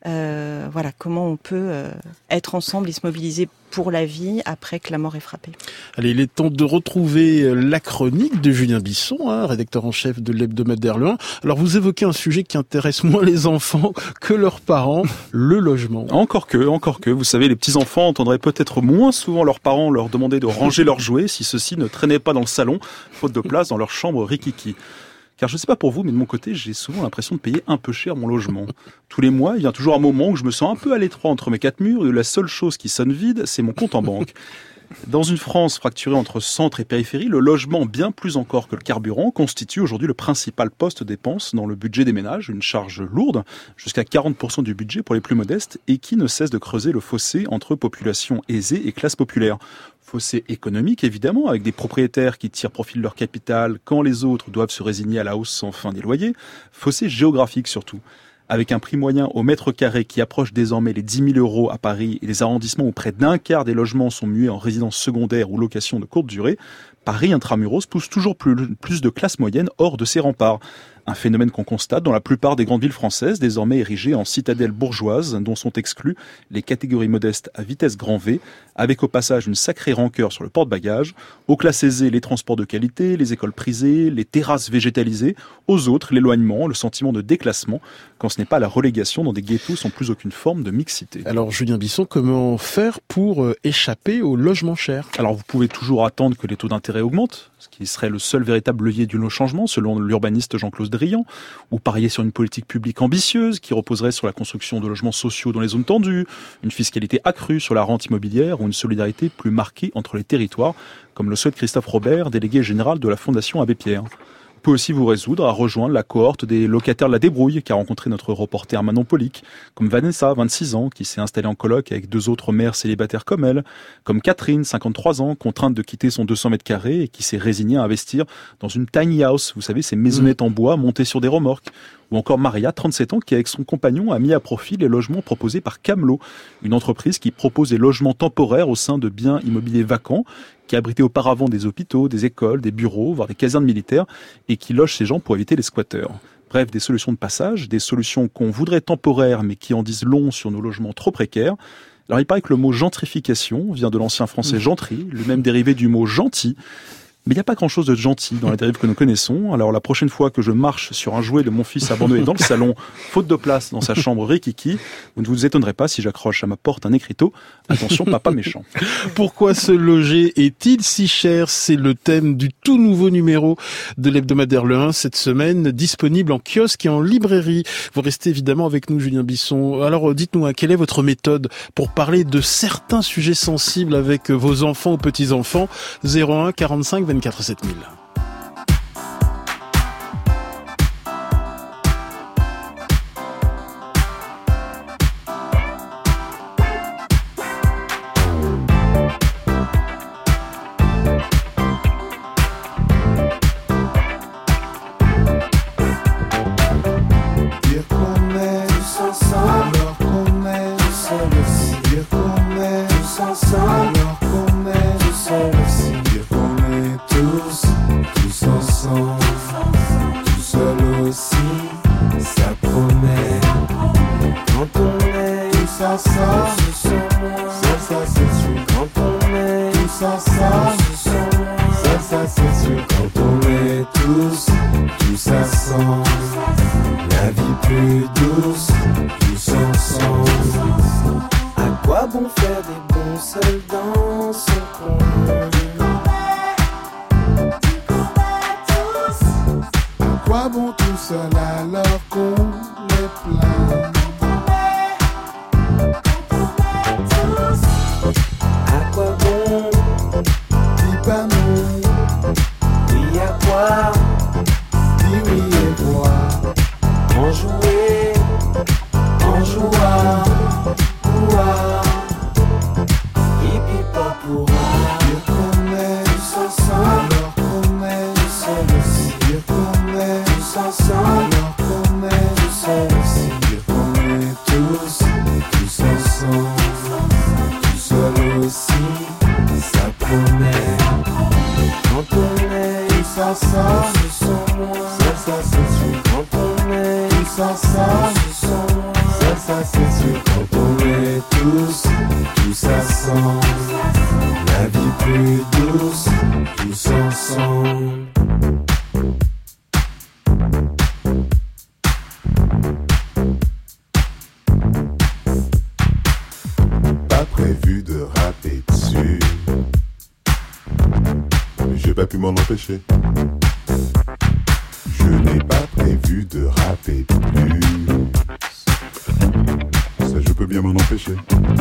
Voilà, comment on peut être ensemble et se mobiliser pour la vie après que la mort ait frappé. Allez, il est temps de retrouver la chronique de Julien Bisson, rédacteur en chef de l'hebdomadaire Le 1. Alors, vous évoquez un sujet qui intéresse moins les enfants que leurs parents, le logement. Encore que, vous savez, les petits-enfants entendraient peut-être moins souvent leurs parents leur demander de ranger leurs jouets si ceux-ci ne traînaient pas dans le salon, faute de place dans leur chambre rikiki. Car je ne sais pas pour vous, mais de mon côté, j'ai souvent l'impression de payer un peu cher mon logement. Tous les mois, il y a toujours un moment où je me sens un peu à l'étroit entre mes 4 murs et la seule chose qui sonne vide, c'est mon compte en banque. Dans une France fracturée entre centre et périphérie, le logement, bien plus encore que le carburant, constitue aujourd'hui le principal poste dépense dans le budget des ménages, une charge lourde, jusqu'à 40% du budget pour les plus modestes, et qui ne cesse de creuser le fossé entre population aisée et classe populaire. Fossé économique, évidemment, avec des propriétaires qui tirent profit de leur capital quand les autres doivent se résigner à la hausse sans fin des loyers. Fossé géographique surtout, avec un prix moyen au mètre carré qui approche désormais les 10 000 € à Paris et les arrondissements où près d'un quart des logements sont mués en résidence secondaire ou location de courte durée, Paris intramuros pousse toujours plus de classes moyennes hors de ses remparts. Un phénomène qu'on constate dans la plupart des grandes villes françaises, désormais érigées en citadelles bourgeoises, dont sont exclues les catégories modestes à vitesse grand V, avec au passage une sacrée rancœur sur le porte-bagages, aux classes aisées les transports de qualité, les écoles prisées, les terrasses végétalisées, aux autres l'éloignement, le sentiment de déclassement, quand ce n'est pas la relégation dans des ghettos sans plus aucune forme de mixité. Alors Julien Bisson, comment faire pour échapper au logement cher ? Alors vous pouvez toujours attendre que les taux d'intérêt augmentent, ce qui serait le seul véritable levier du changement selon l'urbaniste Jean-Claude Drian, ou parier sur une politique publique ambitieuse qui reposerait sur la construction de logements sociaux dans les zones tendues, une fiscalité accrue sur la rente immobilière ou une solidarité plus marquée entre les territoires, comme le souhaite Christophe Robert, délégué général de la Fondation Abbé Pierre. Vous pouvez aussi vous résoudre à rejoindre la cohorte des locataires de la débrouille qu'a rencontré notre reporter Manon Polic, comme Vanessa, 26 ans, qui s'est installée en coloc avec 2 autres mères célibataires comme elle, comme Catherine, 53 ans, contrainte de quitter son 200 mètres carrés et qui s'est résignée à investir dans une tiny house, vous savez, ces maisonnettes en bois montées sur des remorques. Ou encore Maria, 37 ans, qui avec son compagnon a mis à profit les logements proposés par Camelot, une entreprise qui propose des logements temporaires au sein de biens immobiliers vacants, qui abritait auparavant des hôpitaux, des écoles, des bureaux, voire des casernes militaires, et qui loge ces gens pour éviter les squatteurs. Bref, des solutions de passage, des solutions qu'on voudrait temporaires, mais qui en disent long sur nos logements trop précaires. Alors il paraît que le mot gentrification vient de l'ancien français gentry, lui-même dérivé du mot gentil. Mais il n'y a pas grand-chose de gentil dans les dérives que nous connaissons. Alors la prochaine fois que je marche sur un jouet de mon fils abandonné dans le salon, faute de place dans sa chambre rikiki, vous ne vous étonnerez pas si j'accroche à ma porte un écriteau « Attention, papa méchant ». Pourquoi se loger est-il si cher ? C'est le thème du tout nouveau numéro de l'hebdomadaire Le 1 cette semaine, disponible en kiosque et en librairie. Vous restez évidemment avec nous, Julien Bisson. Alors dites-nous, quelle est votre méthode pour parler de certains sujets sensibles avec vos enfants ou petits-enfants ? 01 45 24 7000. Je n'ai pas prévu de rapper plus. Ça, je peux bien m'en empêcher.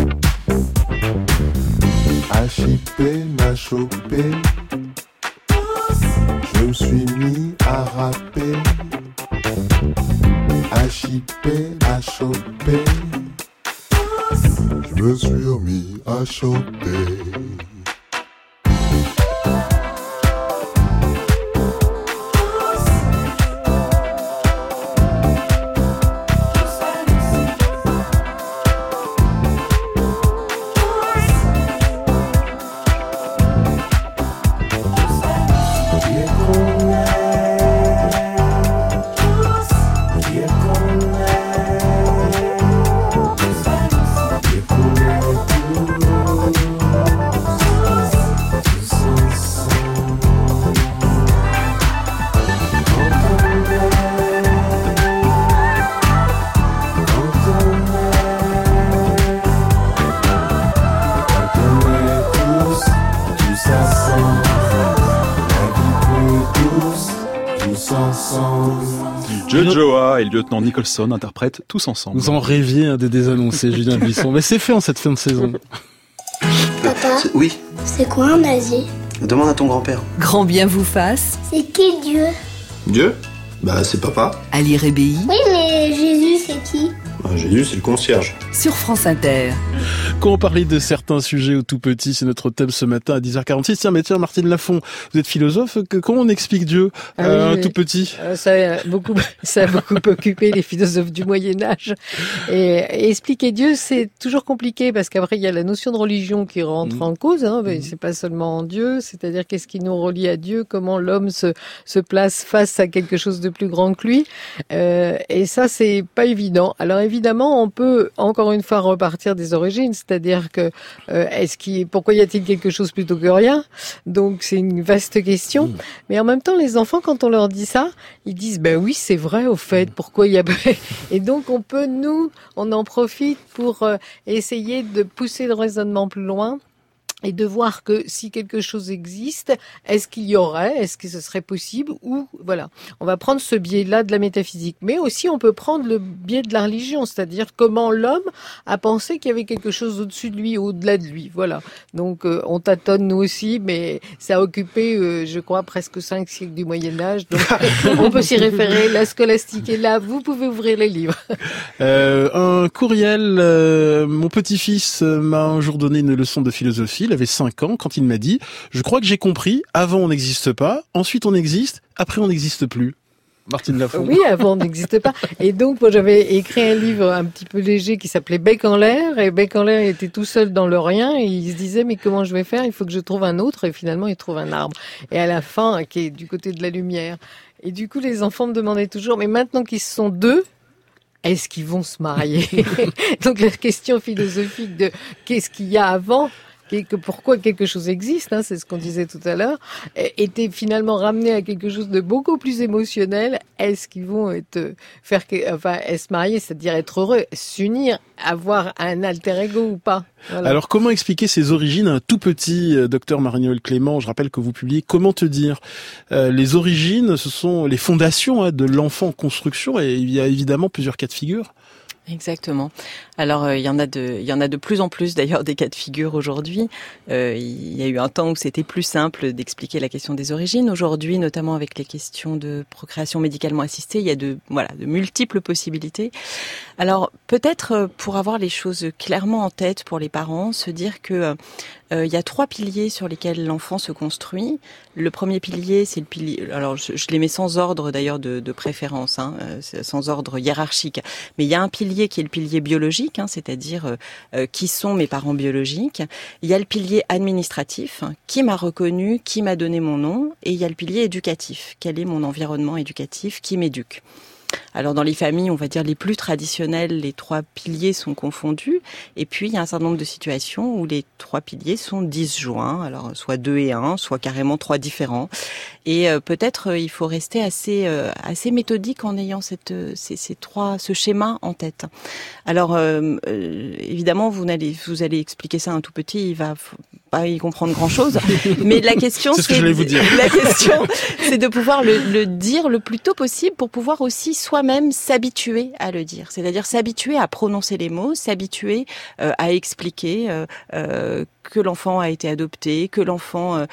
HIP m'a chopé. Je me suis mis à rapper. HIP m'a chopé. Je me suis remis à chanter. ensemble. Joa et le lieutenant Nicholson interprètent Tous ensemble. Vous en rêviez des désannoncés, Julien Buisson. Mais c'est fait en cette fin de saison. Papa, Oui, c'est quoi un nazi? demande à ton grand-père. Grand bien vous fasse. C'est qui Dieu? Dieu? Bah c'est papa. Ali Rébéi Oui, mais Jésus, c'est qui? Jésus, c'est le concierge. sur France Inter. Quand on parlait de certains sujets au tout petit, c'est notre thème ce matin à 10h46. Tiens, Martine Lafont, vous êtes philosophe. Comment on explique Dieu à un tout petit? Ça a beaucoup occupé les philosophes du Moyen-Âge. Et expliquer Dieu, c'est toujours compliqué parce qu'après, il y a la notion de religion qui rentre en cause. Mais c'est pas seulement Dieu, c'est-à-dire qu'est-ce qui nous relie à Dieu, comment l'homme se place face à quelque chose de plus grand que lui. Et ça, c'est pas évident. Alors évidemment, on peut encore une fois repartir des origines, c'est-à-dire que pourquoi y a-t-il quelque chose plutôt que rien? Donc c'est une vaste question. Mais en même temps, les enfants, quand on leur dit ça, ils disent ben oui, c'est vrai au fait. Pourquoi il y a et donc on en profite pour essayer de pousser le raisonnement plus loin. Et de voir que si quelque chose existe, est-ce que ce serait possible ou voilà. On va prendre ce biais-là de la métaphysique, mais aussi on peut prendre le biais de la religion, c'est-à-dire comment l'homme a pensé qu'il y avait quelque chose au-dessus de lui, au-delà de lui. Voilà. Donc on tâtonne nous aussi, mais ça a occupé, je crois, presque 5 siècles du Moyen-Âge. Donc on peut s'y référer. La scolastique est là. Vous pouvez ouvrir les livres. Un courriel. Mon petit-fils m'a un jour donné une leçon de philosophie. Il avait 5 ans quand il m'a dit « Je crois que j'ai compris, avant on n'existe pas, ensuite on existe, après on n'existe plus ». Martine Lafont. Oui, avant on n'existe pas. Et donc moi j'avais écrit un livre un petit peu léger qui s'appelait Bec en l'air. Et Bec en l'air était tout seul dans le rien et il se disait mais comment je vais faire? Il faut que je trouve un autre. Et finalement il trouve un arbre. Et à la fin, qui est du côté de la lumière. Et du coup les enfants me demandaient toujours mais maintenant qu'ils sont deux, est-ce qu'ils vont se marier? Donc la question philosophique de qu'est-ce qu'il y a avant, que pourquoi quelque chose existe, c'est ce qu'on disait tout à l'heure, était finalement ramené à quelque chose de beaucoup plus émotionnel. Est-ce qu'ils vont se marier, c'est-à-dire être heureux, s'unir, avoir un alter ego ou pas? Voilà. Alors comment expliquer ces origines à un tout petit docteur Marie-Noël Clément? Je rappelle que vous publiez Comment te dire. Les origines, ce sont les fondations de l'enfant en construction et il y a évidemment plusieurs cas de figure. Exactement. Alors il y en a de plus en plus d'ailleurs des cas de figure aujourd'hui. Il y a eu un temps où c'était plus simple d'expliquer la question des origines. Aujourd'hui, notamment avec les questions de procréation médicalement assistée, il y a de multiples possibilités. Alors peut-être pour avoir les choses clairement en tête pour les parents, se dire que il y a 3 piliers sur lesquels l'enfant se construit. Le premier pilier, c'est le pilier. Alors, je les mets sans ordre d'ailleurs de préférence, sans ordre hiérarchique. Mais il y a un pilier qui est le pilier biologique, c'est-à-dire qui sont mes parents biologiques. Il y a le pilier administratif, qui m'a reconnu, qui m'a donné mon nom, et il y a le pilier éducatif. Quel est mon environnement éducatif qui m'éduque? Alors dans les familles, on va dire les plus traditionnelles, les 3 piliers sont confondus. Et puis il y a un certain nombre de situations où les 3 piliers sont disjoints. Alors soit 2 et 1, soit carrément 3 différents. Et peut-être il faut rester assez méthodique en ayant ce schéma en tête. Alors évidemment, vous allez expliquer ça à un tout petit, il va pas y comprendre grand-chose. Mais la question, c'est ce que j'allais vous dire. La question, c'est de pouvoir le dire le plus tôt possible pour pouvoir aussi soi-même s'habituer à le dire. C'est-à-dire s'habituer à prononcer les mots, s'habituer à expliquer que l'enfant a été adopté, que l'enfant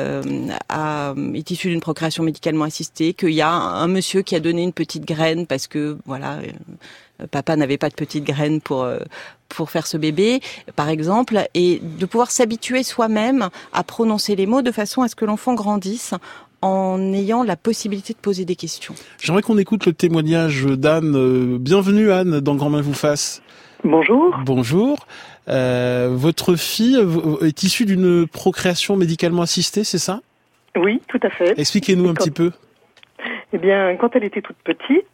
est issu d'une procréation médicalement assistée, qu'il y a un monsieur qui a donné une petite graine parce que papa n'avait pas de petite graine pour faire ce bébé, par exemple, et de pouvoir s'habituer soi-même à prononcer les mots de façon à ce que l'enfant grandisse en ayant la possibilité de poser des questions. J'aimerais qu'on écoute le témoignage d'Anne. Bienvenue Anne dans Grand Main vous fasse. Bonjour. Bonjour. Votre fille est issue d'une procréation médicalement assistée, c'est ça? Oui, tout à fait. Expliquez-nous un petit peu. Eh bien, quand elle était toute petite,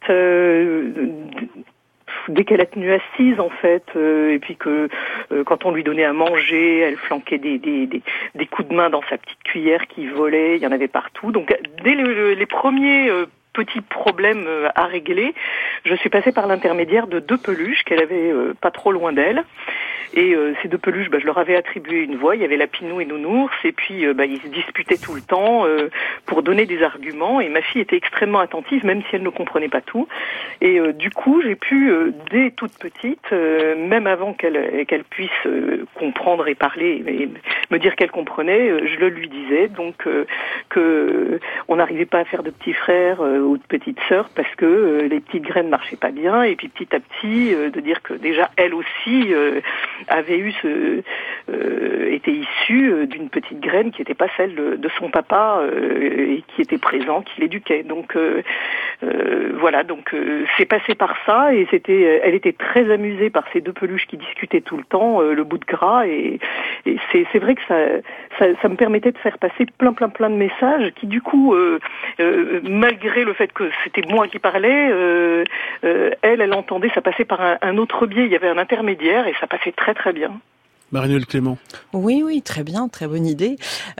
dès qu'elle a tenu assise, en fait, et puis que quand on lui donnait à manger, elle flanquait des coups de main dans sa petite cuillère qui volait, il y en avait partout. Donc, dès les premiers petit problème à régler, je suis passée par l'intermédiaire de 2 peluches qu'elle avait pas trop loin d'elle. Et ces 2 peluches, je leur avais attribué une voix. Il y avait Lapinou et Nounours, et puis ils se disputaient tout le temps pour donner des arguments. Et ma fille était extrêmement attentive, même si elle ne comprenait pas tout. Et du coup, j'ai pu, dès toute petite, même avant qu'elle puisse comprendre et parler et me dire qu'elle comprenait, je le lui disais. Donc que on n'arrivait pas à faire de petits frères ou de petites sœurs parce que les petites graines marchaient pas bien. Et puis petit à petit, de dire que déjà elle aussi avait était issue d'une petite graine qui n'était pas celle de son papa et qui était présent, qui l'éduquait. Donc voilà, donc c'est passé par ça et elle était très amusée par ces 2 peluches qui discutaient tout le temps, le bout de gras et c'est vrai que ça me permettait de faire passer plein de messages qui du coup, malgré le fait que c'était moi qui parlais, elle entendait, ça passait par un autre biais, il y avait un intermédiaire et ça passait très bien. Marie-Noëlle Clément. Oui, très bien, très bonne idée.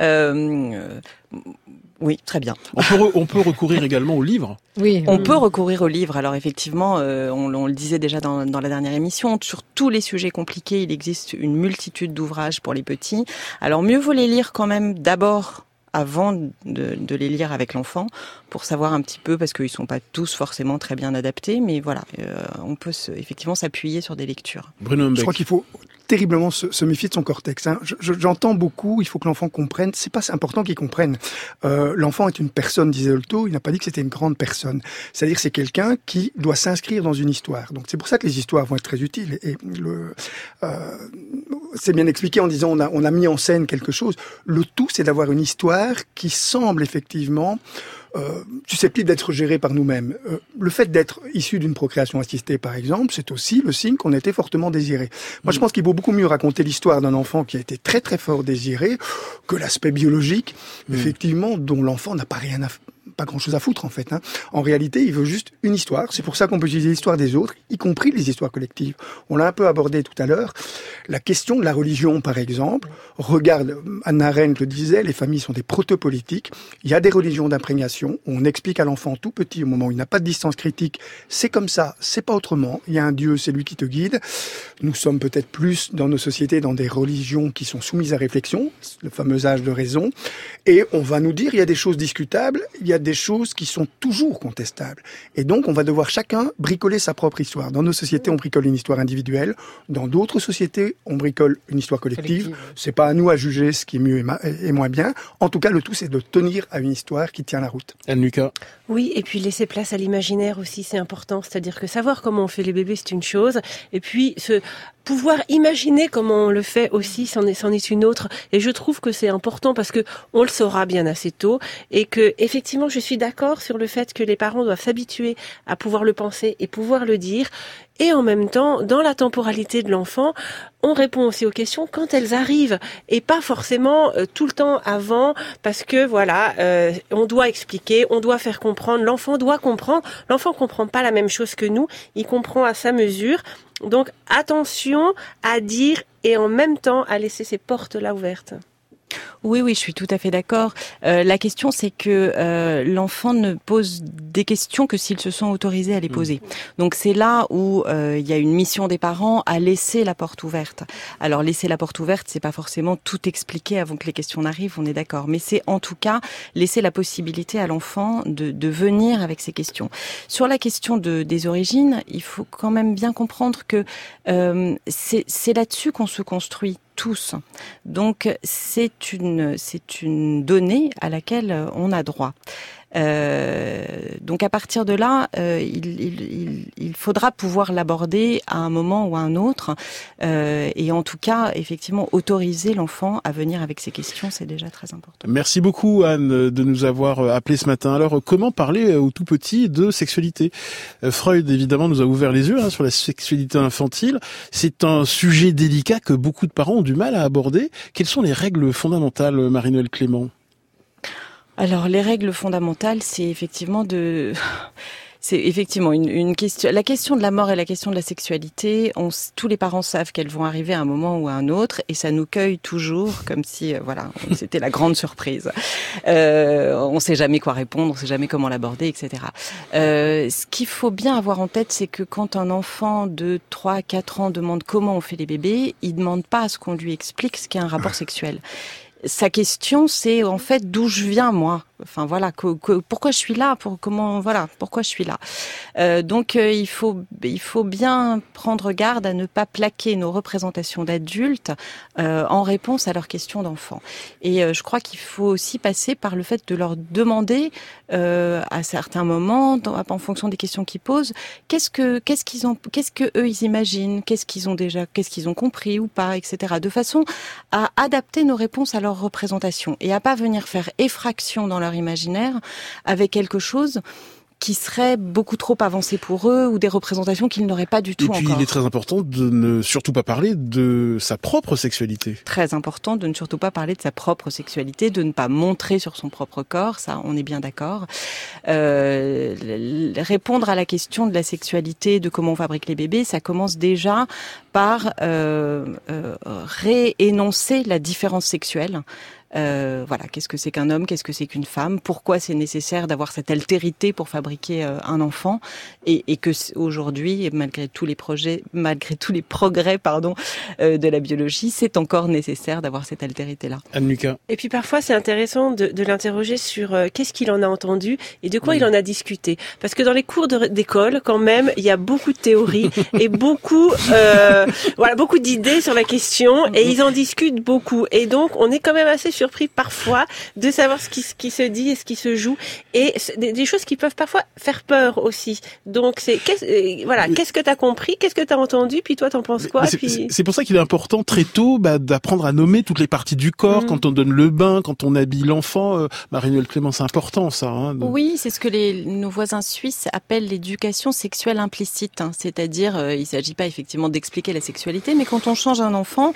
Oui, très bien. On peut recourir également au livre. Oui, on peut recourir au livre. Alors effectivement, on le disait déjà dans la dernière émission, sur tous les sujets compliqués, il existe une multitude d'ouvrages pour les petits. Alors mieux vaut les lire quand même d'abord avant de les lire avec l'enfant, pour savoir un petit peu, parce qu'ils sont pas tous forcément très bien adaptés, mais voilà, on peut effectivement s'appuyer sur des lectures. Bruno Humbeck. Je crois qu'il faut terriblement se méfier de son cortex. J'entends beaucoup, il faut que l'enfant comprenne. C'est pas important qu'il comprenne. L'enfant est une personne, disait Olto, il n'a pas dit que c'était une grande personne. C'est-à-dire c'est quelqu'un qui doit s'inscrire dans une histoire. Donc c'est pour ça que les histoires vont être très utiles. Et c'est bien expliqué en disant on a mis en scène quelque chose. Le tout, c'est d'avoir une histoire qui semble effectivement susceptible d'être gérée par nous-mêmes. Le fait d'être issu d'une procréation assistée, par exemple, c'est aussi le signe qu'on était fortement désiré. Moi, je pense qu'il vaut beaucoup mieux raconter l'histoire d'un enfant qui a été très très fort désiré que l'aspect biologique, effectivement, dont l'enfant n'a pas grand-chose à foutre en fait. En réalité, il veut juste une histoire. C'est pour ça qu'on peut utiliser l'histoire des autres, y compris les histoires collectives. On l'a un peu abordé tout à l'heure. La question de la religion, par exemple, regarde, Hannah Arendt le disait, les familles sont des protopolitiques. Il y a des religions d'imprégnation. On explique à l'enfant tout petit, au moment où il n'a pas de distance critique, c'est comme ça, c'est pas autrement. Il y a un Dieu, c'est lui qui te guide. Nous sommes peut-être plus dans nos sociétés dans des religions qui sont soumises à réflexion, le fameux âge de raison. Et on va nous dire, il y a des choses discutables, il y a des choses qui sont toujours contestables. Et donc, on va devoir chacun bricoler sa propre histoire. Dans nos sociétés, on bricole une histoire individuelle. Dans d'autres sociétés, on bricole une histoire collective. C'est pas à nous à juger ce qui est mieux et moins bien. En tout cas, le tout, c'est de tenir à une histoire qui tient la route. Anne-Lucas. Oui, et puis laisser place à l'imaginaire aussi, c'est important. C'est-à-dire que savoir comment on fait les bébés, c'est une chose. Et puis, pouvoir imaginer comment on le fait aussi, c'en est une autre. Et je trouve que c'est important parce que on le saura bien assez tôt et que, effectivement, je suis d'accord sur le fait que les parents doivent s'habituer à pouvoir le penser et pouvoir le dire. Et en même temps, dans la temporalité de l'enfant, on répond aussi aux questions quand elles arrivent et pas forcément tout le temps avant parce que voilà, on doit expliquer, on doit faire comprendre, l'enfant doit comprendre. L'enfant comprend pas la même chose que nous, il comprend à sa mesure. Donc attention à dire et en même temps à laisser ces portes-là ouvertes. Oui, je suis tout à fait d'accord. La question, c'est que l'enfant ne pose des questions que s'ils se sont autorisés à les poser. Donc c'est là où il y a une mission des parents à laisser la porte ouverte. Alors laisser la porte ouverte, c'est pas forcément tout expliquer avant que les questions n'arrivent, on est d'accord. Mais c'est en tout cas laisser la possibilité à l'enfant de venir avec ses questions. Sur la question des origines, il faut quand même bien comprendre que c'est là-dessus qu'on se construit tous. Donc c'est une donnée à laquelle on a droit. Donc à partir de là, il faudra pouvoir l'aborder à un moment ou à un autre, et en tout cas, effectivement, autoriser l'enfant à venir avec ses questions, c'est déjà très important. Merci beaucoup Anne de nous avoir appelé ce matin. Alors comment parler aux tout petits de sexualité ? Freud évidemment nous a ouvert les yeux sur la sexualité infantile. C'est un sujet délicat que beaucoup de parents ont du mal à aborder. Quelles sont les règles fondamentales, Marie-Noëlle Clément ? Alors les règles fondamentales, c'est effectivement C'est effectivement une question. La question de la mort et la question de la sexualité, tous les parents savent qu'elles vont arriver à un moment ou à un autre, et ça nous cueille toujours comme si, c'était la grande surprise. On ne sait jamais quoi répondre, on ne sait jamais comment l'aborder, etc. Ce qu'il faut bien avoir en tête, c'est que quand un enfant de 3-4 ans demande comment on fait les bébés, il demande pas à ce qu'on lui explique ce qu'est un rapport sexuel. Sa question, c'est en fait d'où je viens moi. Enfin voilà, pourquoi je suis là, pourquoi je suis là. Donc il faut bien prendre garde à ne pas plaquer nos représentations d'adultes en réponse à leurs questions d'enfants. Et je crois qu'il faut aussi passer par le fait de leur demander à certains moments, en fonction des questions qu'ils posent, qu'est-ce que eux ils imaginent, qu'est-ce qu'ils ont compris ou pas, etc. De façon à adapter nos réponses à leurs représentations et à pas venir faire effraction dans leur imaginaire avec quelque chose qui serait beaucoup trop avancé pour eux ou des représentations qu'ils n'auraient pas du tout encore. Et puis il est très important de ne surtout pas parler de sa propre sexualité. Très important de ne surtout pas parler de sa propre sexualité, de ne pas montrer sur son propre corps, ça on est bien d'accord. Répondre à la question de la sexualité, de comment on fabrique les bébés, ça commence déjà par réénoncer la différence sexuelle. Qu'est-ce que c'est qu'un homme, qu'est-ce que c'est qu'une femme, pourquoi c'est nécessaire d'avoir cette altérité pour fabriquer un enfant, et que aujourd'hui, malgré tous les progrès, de la biologie, c'est encore nécessaire d'avoir cette altérité-là. Anne-Lucas. Et puis parfois, c'est intéressant de l'interroger sur qu'est-ce qu'il en a entendu et de quoi il en a discuté, parce que dans les cours d'école, quand même, il y a beaucoup de théories et beaucoup d'idées sur la question, et ils en discutent beaucoup, et donc on est quand même assez surpris parfois de savoir ce qui se dit et ce qui se joue, et des choses qui peuvent parfois faire peur aussi. Donc qu'est-ce que t'as compris, qu'est-ce que t'as entendu, puis toi t'en penses quoi? C'est pour ça qu'il est important très tôt d'apprendre à nommer toutes les parties du corps, quand on donne le bain, quand on habille l'enfant. Marie-Noëlle Clément, c'est important ça. Oui, c'est ce que nos voisins suisses appellent l'éducation sexuelle implicite, c'est-à-dire il s'agit pas effectivement d'expliquer la sexualité, mais quand on change un enfant,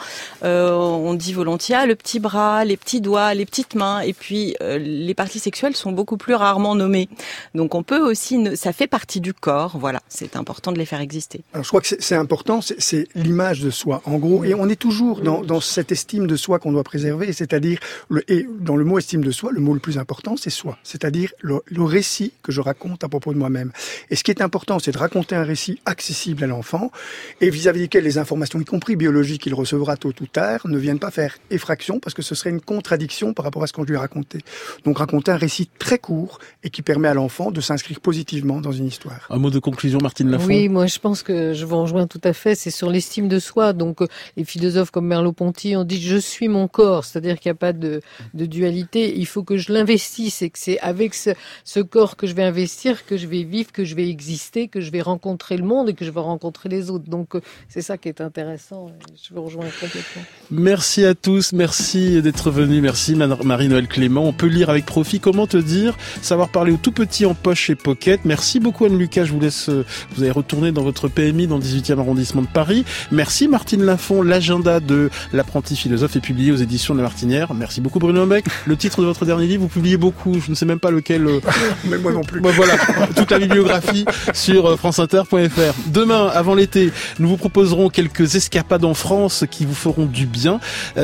on dit volontiers le petit bras, les petits doigts, les petites mains, et puis les parties sexuelles sont beaucoup plus rarement nommées. Donc on peut aussi, ça fait partie du corps, voilà, c'est important de les faire exister. Alors je crois que c'est important, c'est l'image de soi, en gros, et on est toujours dans cette estime de soi qu'on doit préserver, c'est-à-dire, et dans le mot estime de soi, le mot le plus important, c'est soi, c'est-à-dire le récit que je raconte à propos de moi-même. Et ce qui est important, c'est de raconter un récit accessible à l'enfant, et vis-à-vis desquels les informations, y compris biologiques, qu'il recevra tôt ou tard, ne viennent pas faire effraction, parce que ce serait une contradiction par rapport à ce qu'on lui a raconté. Donc raconter un récit très court et qui permet à l'enfant de s'inscrire positivement dans une histoire. Un mot de conclusion, Martine Lafont. Oui, moi je pense que je vous rejoins tout à fait, c'est sur l'estime de soi. Donc les philosophes comme Merleau-Ponty ont dit je suis mon corps, c'est-à-dire qu'il n'y a pas de dualité, il faut que je l'investisse et que c'est avec ce corps que je vais investir, que je vais vivre, que je vais exister, que je vais rencontrer le monde et que je vais rencontrer les autres. Donc c'est ça qui est intéressant, je vous rejoins complètement. Merci à tous, merci d'être venus, merci Marie-Noëlle Clément. On peut lire avec profit Comment te dire, savoir parler au tout petit en poche chez Pocket. Merci beaucoup Anne-Lucas, je vous laisse, vous allez retourner dans votre PMI dans le 18e arrondissement de Paris. Merci Martine Lafont, l'agenda de l'apprenti philosophe est publié aux éditions de La Martinière. Merci beaucoup Bruno Beck. Le titre de votre dernier livre, vous publiez beaucoup, je ne sais même pas lequel. Mais moi non plus. Voilà, toute la bibliographie sur franceinter.fr. Demain, avant l'été, nous vous proposerons quelques escapades en France qui vous feront du bien.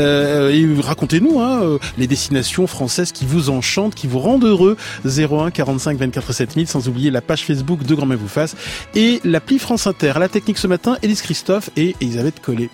Et racontez-nous les destinations françaises qui vous enchantent, qui vous rendent heureux. 01 45 24 7000, sans oublier la page Facebook de Grand Bien vous fasse et l'appli France Inter. À la technique ce matin, Élise Christophe et Elisabeth Collet.